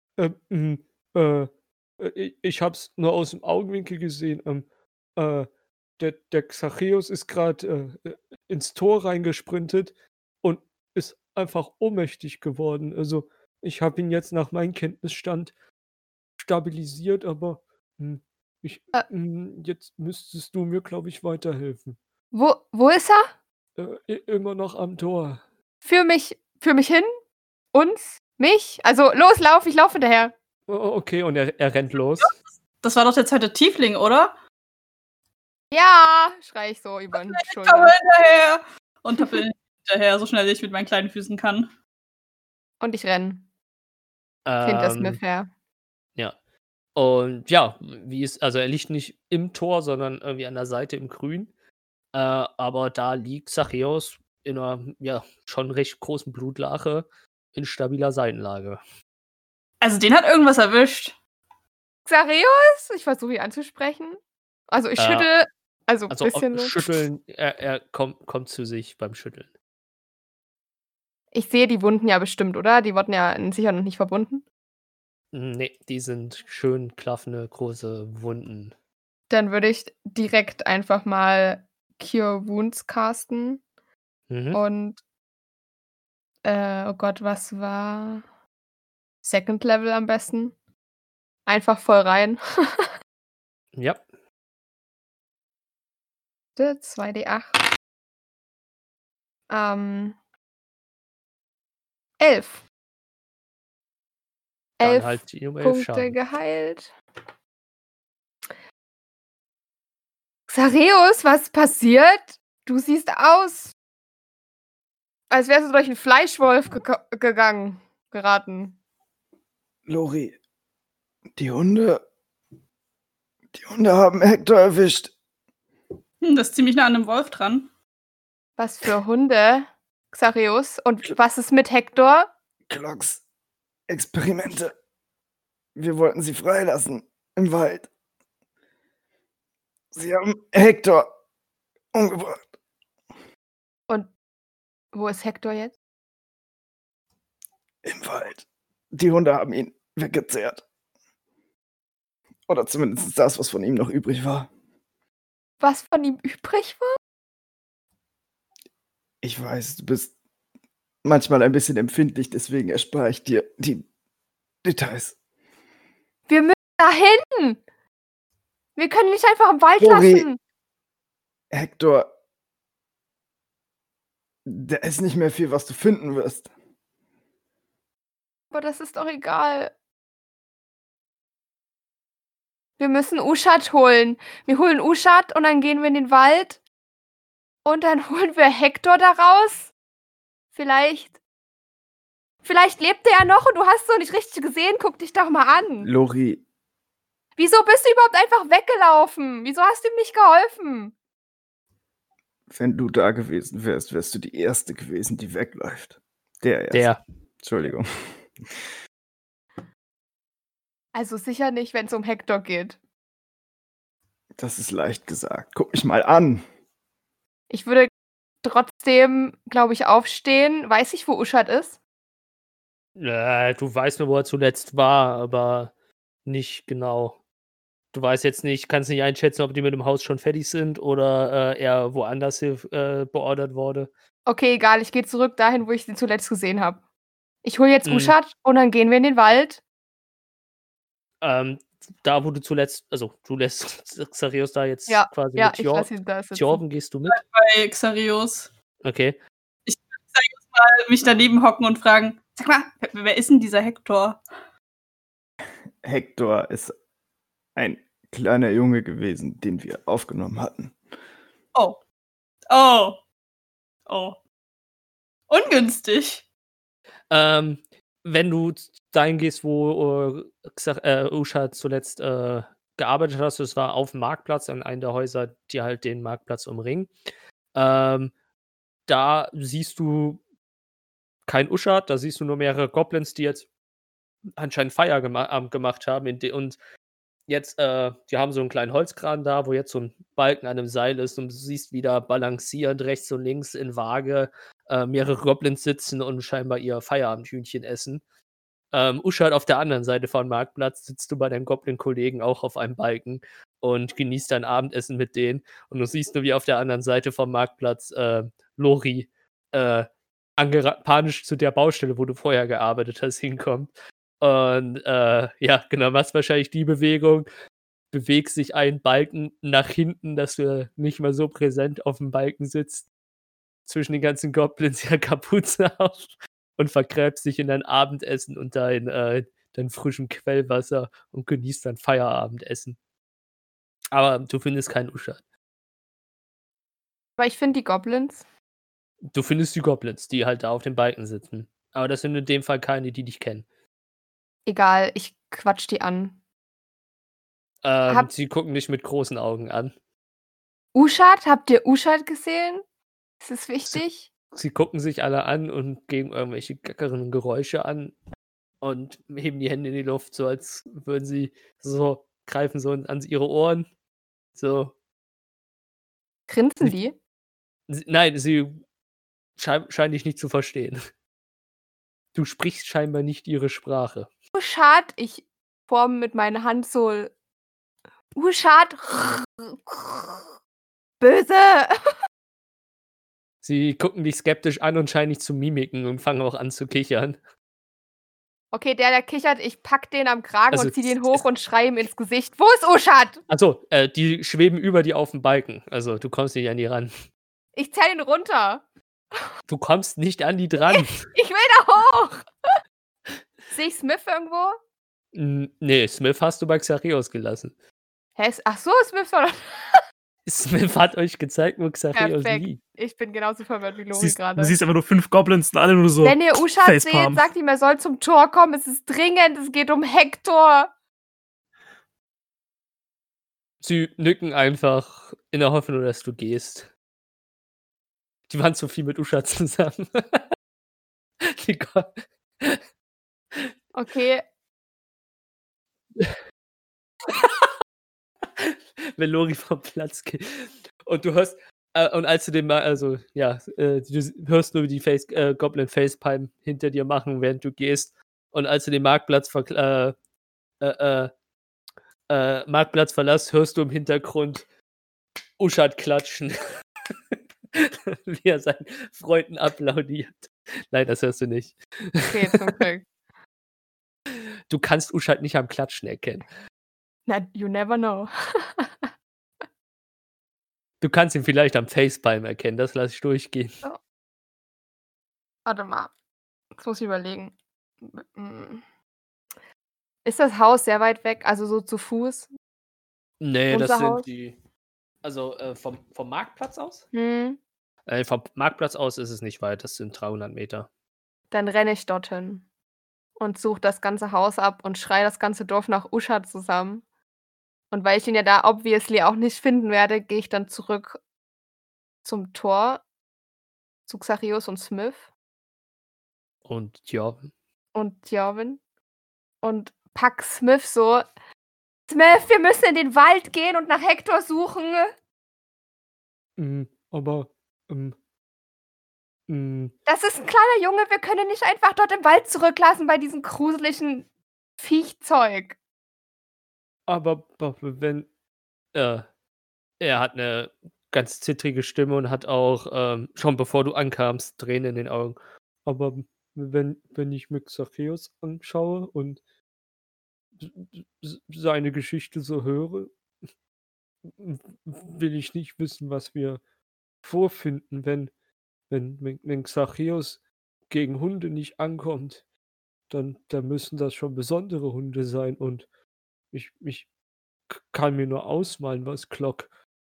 Ich hab's nur aus dem Augenwinkel gesehen. Der Xacheus ist gerade ins Tor reingesprintet und ist einfach ohnmächtig geworden. Also, ich habe ihn jetzt nach meinem Kenntnisstand stabilisiert, aber jetzt müsstest du mir, glaube ich, weiterhelfen. Wo ist er? Immer noch am Tor. Für mich hin? Uns? Mich? Also, los, lauf, ich laufe hinterher. Okay, und er rennt los. Das war doch der zweite Tiefling, oder? Ja, schrei ich so über den Komm Schulter. hinterher! Und tappel hinterher, so schnell ich mit meinen kleinen Füßen kann. Und ich renne. Hinter Smith her. Ja. Und ja, also er liegt nicht im Tor, sondern irgendwie an der Seite im Grün. Aber da liegt Zachäus in einer schon recht großen Blutlache in stabiler Seitenlage. Also den hat irgendwas erwischt. Xareus? Ich versuche ihn anzusprechen. Also ich schüttel, also ein Also bisschen. schütteln, er kommt zu sich beim Schütteln. Ich sehe die Wunden ja bestimmt, oder? Die wurden ja sicher noch nicht verbunden. Nee, die sind schön klaffende, große Wunden. Dann würde ich direkt einfach mal Cure Wounds casten. Und oh Gott, was war? Second Level am besten. Einfach voll rein. Ja. 2d8. 11. Dann 11 halt die um 11 Punkte Schaden. geheilt. Xareus, was passiert? Du siehst aus, als wärst du durch einen Fleischwolf geraten. Lori, die Hunde haben Hector erwischt. Das ist ziemlich nah an einem Wolf dran. Was für Hunde, Xareus? Und was ist mit Hector? Clocks Experimente. Wir wollten sie freilassen im Wald. Sie haben Hector umgebracht. Und wo ist Hector jetzt? Im Wald. Die Hunde haben ihn weggezehrt. Oder zumindest das, was von ihm noch übrig war. Was von ihm übrig war? Ich weiß, du bist manchmal ein bisschen empfindlich, deswegen erspare ich dir die Details. Wir müssen dahin! Wir können ihn nicht einfach im Wald Lori. lassen! Hector, da ist nicht mehr viel, was du finden wirst. Aber das ist doch egal. Wir müssen Uschat holen. Wir holen Uschat und dann gehen wir in den Wald. Und dann holen wir Hector da raus. Vielleicht lebt er ja noch und du hast es noch nicht richtig gesehen. Guck dich doch mal an. Lori. Wieso bist du überhaupt einfach weggelaufen? Wieso hast du ihm nicht geholfen? Wenn du da gewesen wärst, wärst du die Erste gewesen, die wegläuft. Der Erste. Der. Entschuldigung. Also sicher nicht, wenn es um Hector geht. Das ist leicht gesagt. Guck mich mal an. Ich würde trotzdem, glaube ich, aufstehen. Weiß ich, wo Uschat ist? Du weißt nur, wo er zuletzt war, aber nicht genau. Du weißt jetzt nicht, kannst nicht einschätzen, ob die mit dem Haus schon fertig sind oder er woanders beordert wurde. Okay, egal. Ich gehe zurück dahin, wo ich sie zuletzt gesehen habe. Ich hole jetzt Uschat und dann gehen wir in den Wald. Da, wo du zuletzt, also du lässt Xarios da jetzt quasi mit ich lasse ihn da sitzen. Jorven, gehst du mit? Bei Xarios. Okay. Ich würde Xarios mal mich daneben hocken und fragen, sag mal, wer ist denn dieser Hector? Hector ist ein kleiner Junge gewesen, den wir aufgenommen hatten. Oh. Ungünstig. Wenn du dahin gehst, wo Uschat zuletzt gearbeitet hast, das war auf dem Marktplatz, an einem der Häuser, die halt den Marktplatz umringen. Da siehst du kein Uschat, da siehst du nur mehrere Goblins, die jetzt anscheinend Feierabend gemacht haben. Und jetzt, die haben so einen kleinen Holzkran da, wo jetzt so ein Balken an einem Seil ist und du siehst wieder balancierend rechts und links in Waage mehrere Goblins sitzen und scheinbar ihr Feierabendhühnchen essen. Uschat auf der anderen Seite vom Marktplatz sitzt du bei deinen Goblin-Kollegen auch auf einem Balken und genießt dein Abendessen mit denen. Und du siehst nur, wie auf der anderen Seite vom Marktplatz Lori panisch zu der Baustelle, wo du vorher gearbeitet hast, hinkommt. Und genau, machst wahrscheinlich die Bewegung, bewegst sich einen Balken nach hinten, dass du nicht mehr so präsent auf dem Balken sitzt, zwischen den ganzen Goblins ja Kapuze auf und vergräbst dich in dein Abendessen und dein frischem Quellwasser und genießt dein Feierabendessen. Aber du findest keinen Uschat. Aber ich finde die Goblins. Du findest die Goblins, die halt da auf dem Balken sitzen. Aber das sind in dem Fall keine, die dich kennen. Egal, ich quatsch die an. Sie gucken dich mit großen Augen an. Uschat? Habt ihr Uschat gesehen? Ist das wichtig? Sie gucken sich alle an und geben irgendwelche gackernden Geräusche an und heben die Hände in die Luft, so als würden sie so greifen so an ihre Ohren. So. Grinsen die? Nein, sie scheinen dich nicht zu verstehen. Du sprichst scheinbar nicht ihre Sprache. Uschat, ich forme mit meiner Hand so Uschat. Böse. Sie gucken dich skeptisch an und scheinen nicht zu mimiken und fangen auch an zu kichern. Okay, der kichert, ich pack den am Kragen und zieh den hoch und schrei ihm ins Gesicht. Wo ist Uschat? Achso, die schweben über dir auf dem Balken. Also, du kommst nicht an die ran. Ich zähl ihn runter. Du kommst nicht an die dran. Ich will da hoch. Sehe ich Smith irgendwo? Nee, Smith hast du bei Xarios gelassen. Hä? Ach so, Smith war doch... Smith hat euch gezeigt, wo Xarios liegt. Ich bin genauso verwirrt wie Lori gerade. Du siehst einfach nur 5 Goblins und alle nur so. Wenn ihr Uschat seht, sagt ihm, er soll zum Tor kommen. Es ist dringend, es geht um Hector. Sie nicken einfach in der Hoffnung, dass du gehst. Die waren zu viel mit Uschat zusammen. Okay. Wenn Lori vom Platz geht. Und du hörst, und als du den mal, also, ja, du hörst nur die Goblin Facepalm hinter dir machen, während du gehst. Und als du den Marktplatz verlässt, hörst du im Hintergrund Uschat klatschen. Wie er seinen Freunden applaudiert. Nein, das hörst du nicht. Okay, zum Glück. Du kannst Uschat nicht am Klatschen erkennen. Na, you never know. Du kannst ihn vielleicht am Facepalm erkennen, das lasse ich durchgehen. Oh. Warte mal. Jetzt muss ich überlegen. Ist das Haus sehr weit weg? Also so zu Fuß? Nee, das Unser sind Haus? die. Also vom Marktplatz aus? Hm. Vom Marktplatz aus ist es nicht weit, das sind 300 Meter. Dann renne ich dorthin und suche das ganze Haus ab und schreie das ganze Dorf nach Usha zusammen. Und weil ich ihn ja da obviously auch nicht finden werde, gehe ich dann zurück zum Tor zu Xarius und Smith Und ja, und Jorvin und pack Smith so. Smith, wir müssen in den Wald gehen und nach Hector suchen. aber Das ist ein kleiner Junge, wir können ihn nicht einfach dort im Wald zurücklassen bei diesem gruseligen Viechzeug. aber wenn er hat eine ganz zittrige Stimme und hat auch schon bevor du ankamst Tränen in den Augen. Aber wenn ich mir Xacheus anschaue und seine Geschichte so höre, will ich nicht wissen, was wir vorfinden, wenn Xacheus gegen Hunde nicht ankommt, dann müssen das schon besondere Hunde sein und ich kann mir nur ausmalen, was Glock.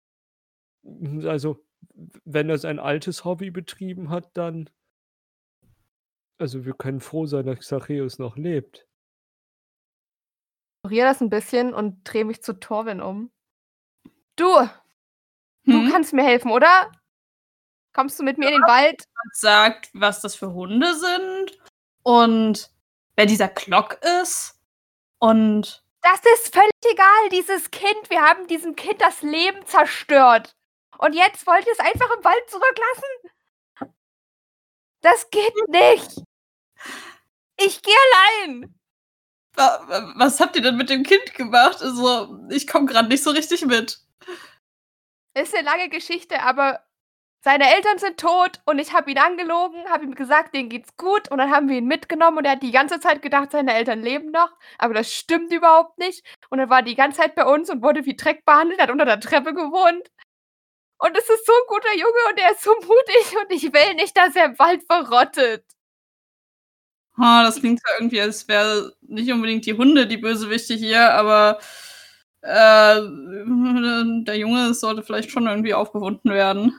Also, wenn er sein altes Hobby betrieben hat, dann. Also, wir können froh sein, dass Xacheus noch lebt. Ich ignoriere das ein bisschen und drehe mich zu Torvin um. Du kannst mir helfen, oder? Kommst du mit mir in den Wald? Sagt, was das für Hunde sind und wer dieser Glock ist und Das ist völlig egal, dieses Kind. Wir haben diesem Kind das Leben zerstört. Und jetzt wollt ihr es einfach im Wald zurücklassen? Das geht nicht. Ich gehe allein. Was habt ihr denn mit dem Kind gemacht? Also, ich komme gerade nicht so richtig mit. Ist eine lange Geschichte, aber seine Eltern sind tot und ich habe ihn angelogen, habe ihm gesagt, denen geht's gut und dann haben wir ihn mitgenommen und er hat die ganze Zeit gedacht, seine Eltern leben noch, aber das stimmt überhaupt nicht und er war die ganze Zeit bei uns und wurde wie Dreck behandelt, hat unter der Treppe gewohnt und es ist so ein guter Junge und er ist so mutig und ich will nicht, dass er im Wald verrottet. Das klingt ja irgendwie, als wäre nicht unbedingt die Hunde die Bösewichte hier, aber der Junge sollte vielleicht schon irgendwie aufgewunden werden.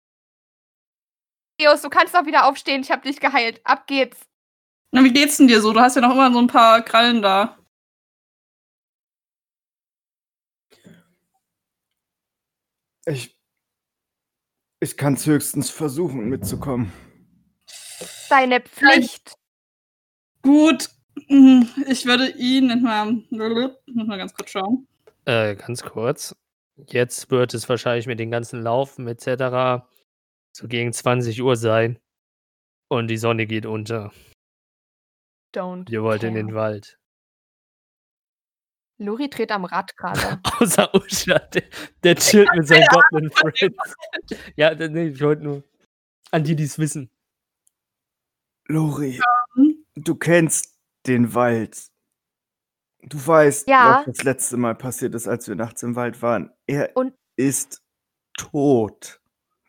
Leos, du kannst doch wieder aufstehen, ich hab dich geheilt. Ab geht's. Na, wie geht's denn dir so? Du hast ja noch immer so ein paar Krallen da. Ich kann es höchstens versuchen, mitzukommen. Deine Pflicht. Gut, ich würde ihn mal ganz kurz schauen. Ganz kurz. Jetzt wird es wahrscheinlich mit den ganzen Laufen etc. so gegen 20 Uhr sein. Und die Sonne geht unter. Don't Ihr wollt in care. den Wald. Luri dreht am Rad gerade. Außer Usha, der chillt mit seinen Goblin Friends. Ja, nee, ich wollte nur an die es wissen. Lori, du kennst den Wald. Du weißt, Ja. was das letzte Mal passiert ist, als wir nachts im Wald waren. Er Und- ist tot.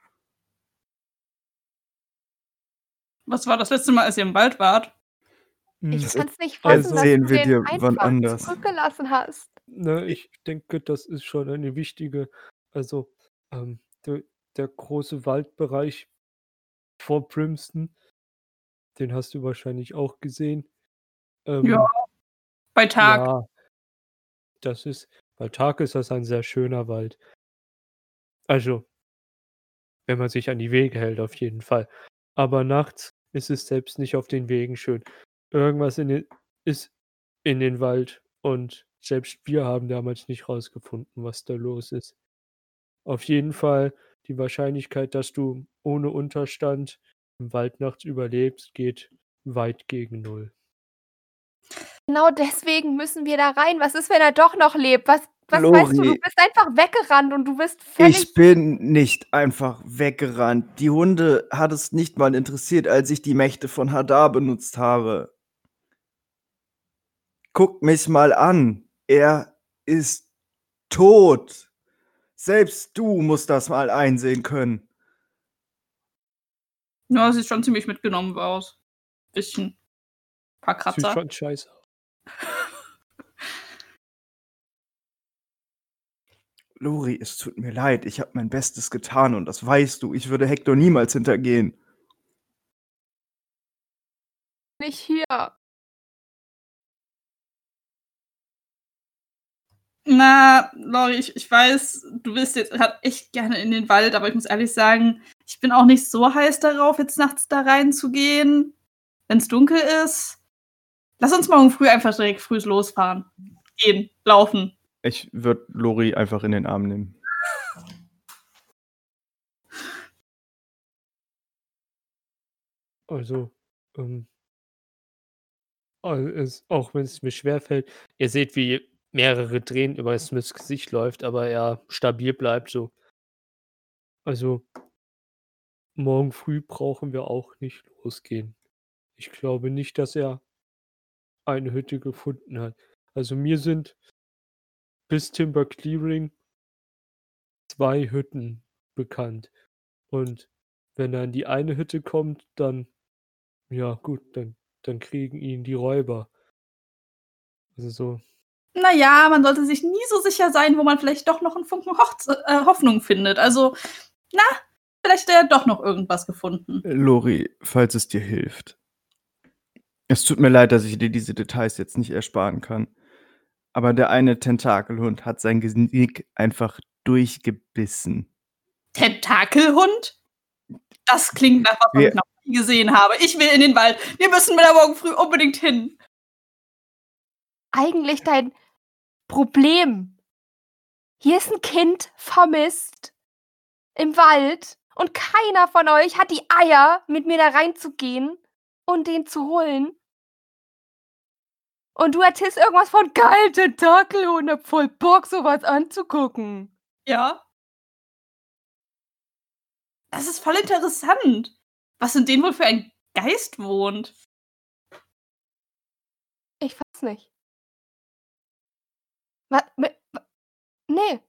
Was war das letzte Mal, als ihr im Wald wart? Ich Das kann's nicht fassen, dass erzählen du wir den dir wann einfach anders. zurückgelassen hast. Ne, ich denke, das ist schon eine wichtige, also der große Waldbereich vor Brimston, den hast du wahrscheinlich auch gesehen. Ja, bei Tag. Ja, bei Tag ist das ein sehr schöner Wald. Also, wenn man sich an die Wege hält, auf jeden Fall. Aber nachts ist es selbst nicht auf den Wegen schön. Irgendwas ist in den Wald und selbst wir haben damals nicht rausgefunden, was da los ist. Auf jeden Fall die Wahrscheinlichkeit, dass du ohne Unterstand im Wald nachts überlebst, geht weit gegen 0. Genau deswegen müssen wir da rein. Was ist, wenn er doch noch lebt? Was Lori, weißt du? Du bist einfach weggerannt und du bist völlig. Ich bin nicht einfach weggerannt. Die Hunde hat es nicht mal interessiert, als ich die Mächte von Hadar benutzt habe. Guck mich mal an. Er ist tot. Selbst du musst das mal einsehen können. Ja, sieht schon ziemlich mitgenommen aus. Bisschen. Paar Sieht Kratzer. schon scheiße aus. Lori, es tut mir leid, ich habe mein Bestes getan und das weißt du. Ich würde Hector niemals hintergehen. Nicht hier. Na, Lori, ich weiß, du willst jetzt halt echt gerne in den Wald, aber ich muss ehrlich sagen, ich bin auch nicht so heiß darauf, jetzt nachts da reinzugehen, wenn es dunkel ist. Lass uns morgen früh einfach direkt früh losfahren. Gehen, laufen. Ich würde Lori einfach in den Arm nehmen. Also, auch wenn es mir schwerfällt, ihr seht, wie mehrere Tränen über Smiths Gesicht läuft, aber er stabil bleibt so. Also, morgen früh brauchen wir auch nicht losgehen. Ich glaube nicht, dass er eine Hütte gefunden hat. Also mir sind bis Timber Clearing 2 Hütten bekannt. Und wenn er in die eine Hütte kommt, dann, ja gut, dann kriegen ihn die Räuber. Also so. Naja, man sollte sich nie so sicher sein, wo man vielleicht doch noch einen Funken Hoffnung findet. Also, na, vielleicht hat er doch noch irgendwas gefunden. Lori, falls es dir hilft. Es tut mir leid, dass ich dir diese Details jetzt nicht ersparen kann. Aber der eine Tentakelhund hat sein Genick einfach durchgebissen. Tentakelhund? Das klingt nach was, was Wir- ich noch nie gesehen habe. Ich will in den Wald. Wir müssen da morgen früh unbedingt hin. Eigentlich dein Problem. Hier ist ein Kind vermisst im Wald und keiner von euch hat die Eier, mit mir da reinzugehen und den zu holen. Und du erzählst irgendwas von geil Tentakelhund, hab voll Bock, sowas anzugucken. Ja. Das ist voll interessant. Was in denen wohl für ein Geist wohnt? Ich weiß nicht. Nee.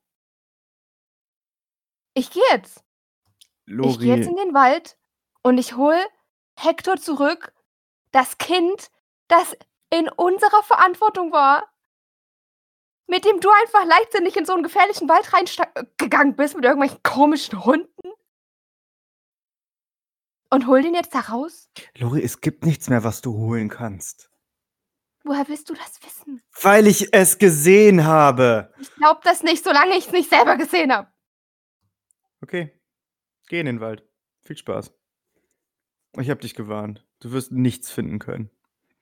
Ich gehe jetzt. Lori, Ich gehe jetzt in den Wald und ich hole Hector zurück, das Kind, das in unserer Verantwortung war, mit dem du einfach leichtsinnig in so einen gefährlichen Wald reingegangen bist mit irgendwelchen komischen Hunden. Und hol den jetzt da raus? Lori, es gibt nichts mehr, was du holen kannst. Woher willst du das wissen? Weil ich es gesehen habe. Ich glaub das nicht, solange ich es nicht selber gesehen habe. Okay, geh in den Wald. Viel Spaß. Ich hab dich gewarnt. Du wirst nichts finden können.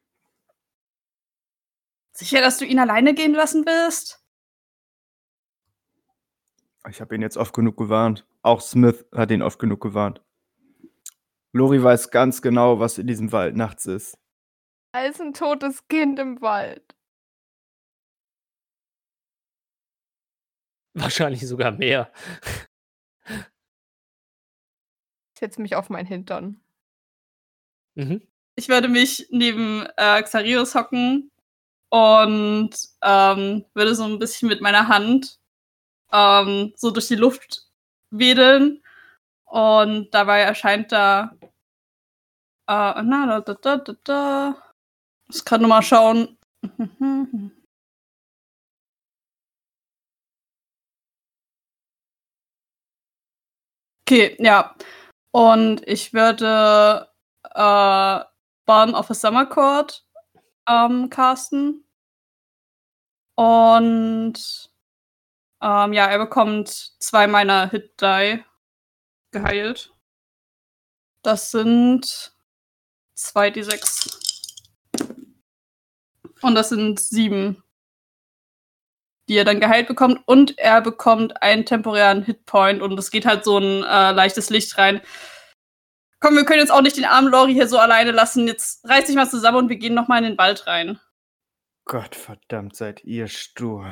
Sicher, dass du ihn alleine gehen lassen willst? Ich habe ihn jetzt oft genug gewarnt. Auch Smith hat ihn oft genug gewarnt. Lori weiß ganz genau, was in diesem Wald nachts ist. Da ist ein totes Kind im Wald. Wahrscheinlich sogar mehr. Ich setze mich auf meinen Hintern. Mhm. Ich würde mich neben Xarius hocken und würde so ein bisschen mit meiner Hand so durch die Luft wedeln. Und dabei erscheint da Ich kann nur mal schauen. Okay, ja. Und ich würde Born of a Summer Chord casten. Und ja, er bekommt 2 meiner Hit-Die geheilt. Das sind 2d6. Und das sind 7, die er dann geheilt bekommt. Und er bekommt einen temporären Hitpoint. Und es geht halt so ein leichtes Licht rein. Komm, wir können jetzt auch nicht den armen Lori hier so alleine lassen. Jetzt reiß dich mal zusammen und wir gehen noch mal in den Wald rein. Gott verdammt, seid ihr stur.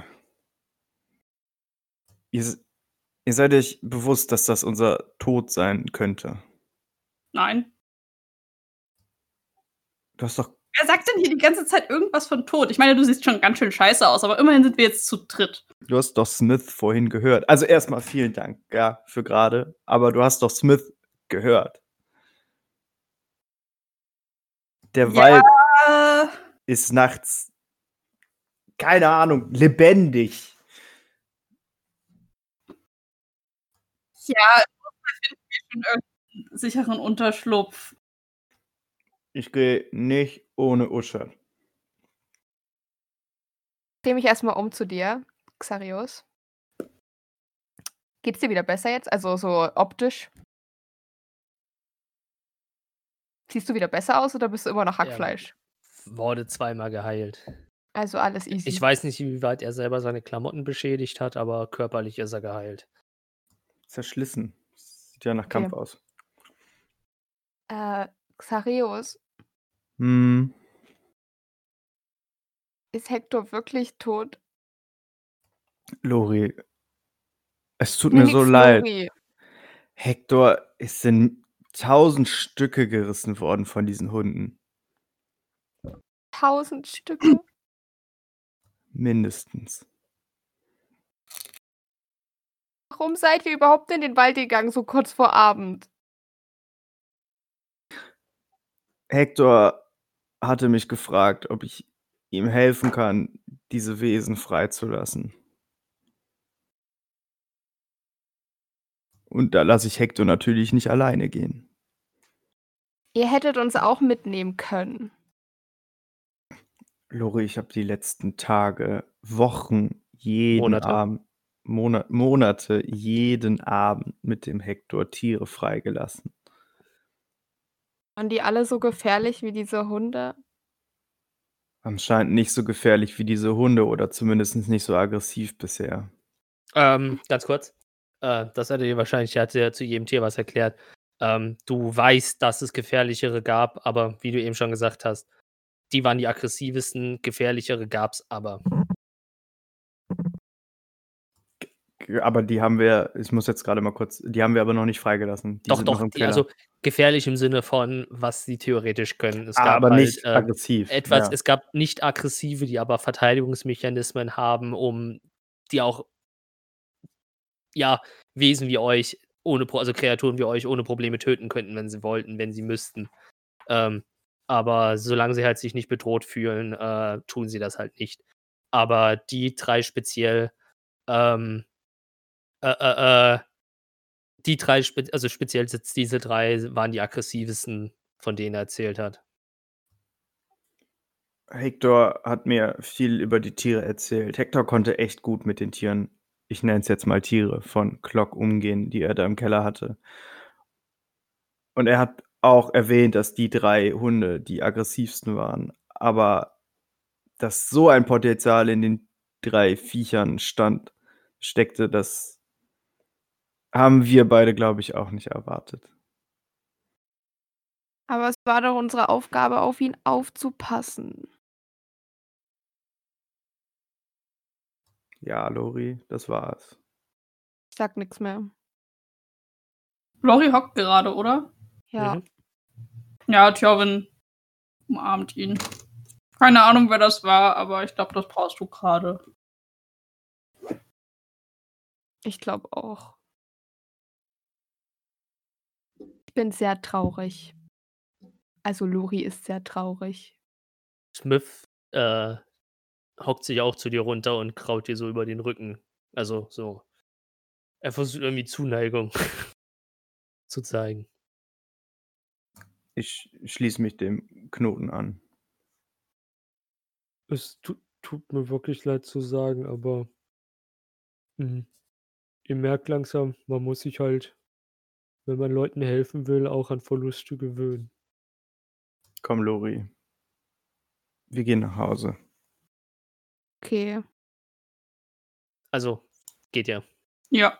Ihr seid euch bewusst, dass das unser Tod sein könnte. Nein. Du hast doch. Wer sagt denn hier die ganze Zeit irgendwas von Tod? Ich meine, du siehst schon ganz schön scheiße aus, aber immerhin sind wir jetzt zu dritt. Du hast doch Smith vorhin gehört. Also erstmal vielen Dank, ja, für gerade. Aber du hast doch Smith gehört. Der Wald ist nachts, keine Ahnung, lebendig. Ja, finden wir schon irgendeinen sicheren Unterschlupf. Ich gehe nicht ohne Uschat. Dreh mich erstmal um zu dir, Xarios. Geht's dir wieder besser jetzt? Also so optisch? Siehst du wieder besser aus oder bist du immer noch Hackfleisch? Wurde zweimal geheilt. Also alles easy. Ich weiß nicht, wie weit er selber seine Klamotten beschädigt hat, aber körperlich ist er geheilt. Zerschlissen. Sieht ja nach Kampf aus. Xarios, ist Hector wirklich tot? Lori, es tut mir so leid. Lori. Hector ist in 1000 Stücke gerissen worden von diesen Hunden. 1000 Stücke? Mindestens. Warum seid ihr überhaupt in den Wald gegangen, so kurz vor Abend? Hector hatte mich gefragt, ob ich ihm helfen kann, diese Wesen freizulassen. Und da lasse ich Hector natürlich nicht alleine gehen. Ihr hättet uns auch mitnehmen können. Lori, ich habe die letzten Tage, Wochen, Monate, jeden Abend mit dem Hector Tiere freigelassen. Waren die alle so gefährlich wie diese Hunde? Anscheinend nicht so gefährlich wie diese Hunde oder zumindest nicht so aggressiv bisher. Ganz kurz. Das hat er dir wahrscheinlich, er hat ja zu jedem Tier was erklärt. Du weißt, dass es gefährlichere gab, aber wie du eben schon gesagt hast, die waren die aggressivsten, gefährlichere gab's aber. Aber die haben wir, ich muss jetzt gerade mal kurz, die haben wir aber noch nicht freigelassen. Die sind noch im Keller. Also gefährlich im Sinne von, was sie theoretisch können. Es gab aber halt, nicht aggressiv. Es gab nicht aggressive, die aber Verteidigungsmechanismen haben, um die auch, ja, Wesen wie euch, also Kreaturen wie euch ohne Probleme töten könnten, wenn sie wollten, wenn sie müssten. Aber solange sie halt sich nicht bedroht fühlen, tun sie das halt nicht. Aber die drei speziell, speziell jetzt diese drei waren die aggressivsten, von denen er erzählt hat. Hector hat mir viel über die Tiere erzählt. Hector konnte echt gut mit den Tieren, ich nenne es jetzt mal Tiere, von Clock umgehen, die er da im Keller hatte. Und er hat auch erwähnt, dass die 3 Hunde die aggressivsten waren. Aber dass so ein Potenzial in den 3 Viechern steckte, das haben wir beide, glaube ich, auch nicht erwartet. Aber es war doch unsere Aufgabe, auf ihn aufzupassen. Ja, Lori, das war's. Ich sag nichts mehr. Lori hockt gerade, oder? Ja. Ja, Tjorvin umarmt ihn. Keine Ahnung, wer das war, aber ich glaube, das brauchst du gerade. Ich glaube auch. Ich bin sehr traurig. Also Lori ist sehr traurig. Smith hockt sich auch zu dir runter und kraut dir so über den Rücken. Also so. Er versucht irgendwie Zuneigung zu zeigen. Ich schließe mich dem Knoten an. Es tut mir wirklich leid zu sagen, aber ihr merkt langsam, man muss sich halt, wenn man Leuten helfen will, auch an Verluste gewöhnen. Komm, Lori. Wir gehen nach Hause. Okay. Also, geht ja. Ja.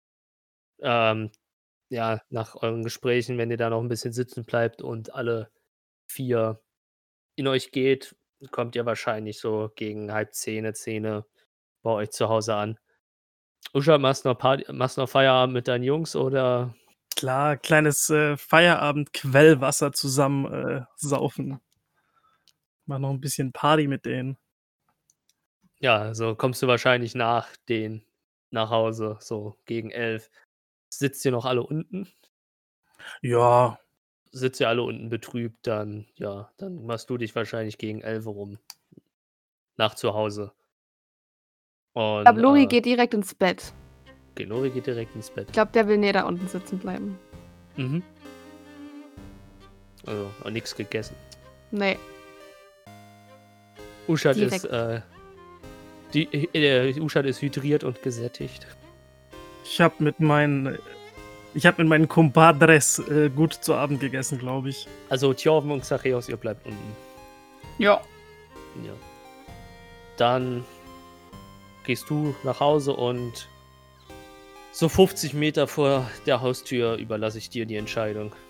Ja, nach euren Gesprächen, wenn ihr da noch ein bisschen sitzen bleibt und alle 4 in euch geht, kommt ihr wahrscheinlich so gegen 9:30 bei euch zu Hause an. Uschat, machst noch Feierabend mit deinen Jungs oder? Klar, kleines Feierabend-Quellwasser zusammen saufen. Mach noch ein bisschen Party mit denen. Ja, so kommst du wahrscheinlich nach Hause, so gegen 11. Sitzt ihr noch alle unten? Ja, Sitzt ihr alle unten betrübt, dann machst du dich wahrscheinlich gegen 11 rum nach zu Hause. Ich Und glaube, Lori geht direkt ins Bett. okay, Lori geht direkt ins Bett. Ich glaube, der will näher da unten sitzen bleiben. Mhm. Also, auch nichts gegessen. Nee. Uschat Direkt. Uschat ist hydriert und gesättigt. ich habe mit meinen Compadres gut zu Abend gegessen, glaube ich. Also, Tjorven und Xacheos, ihr bleibt unten. Ja. Ja. Dann gehst du nach Hause und so 50 Meter vor der Haustür überlasse ich dir die Entscheidung.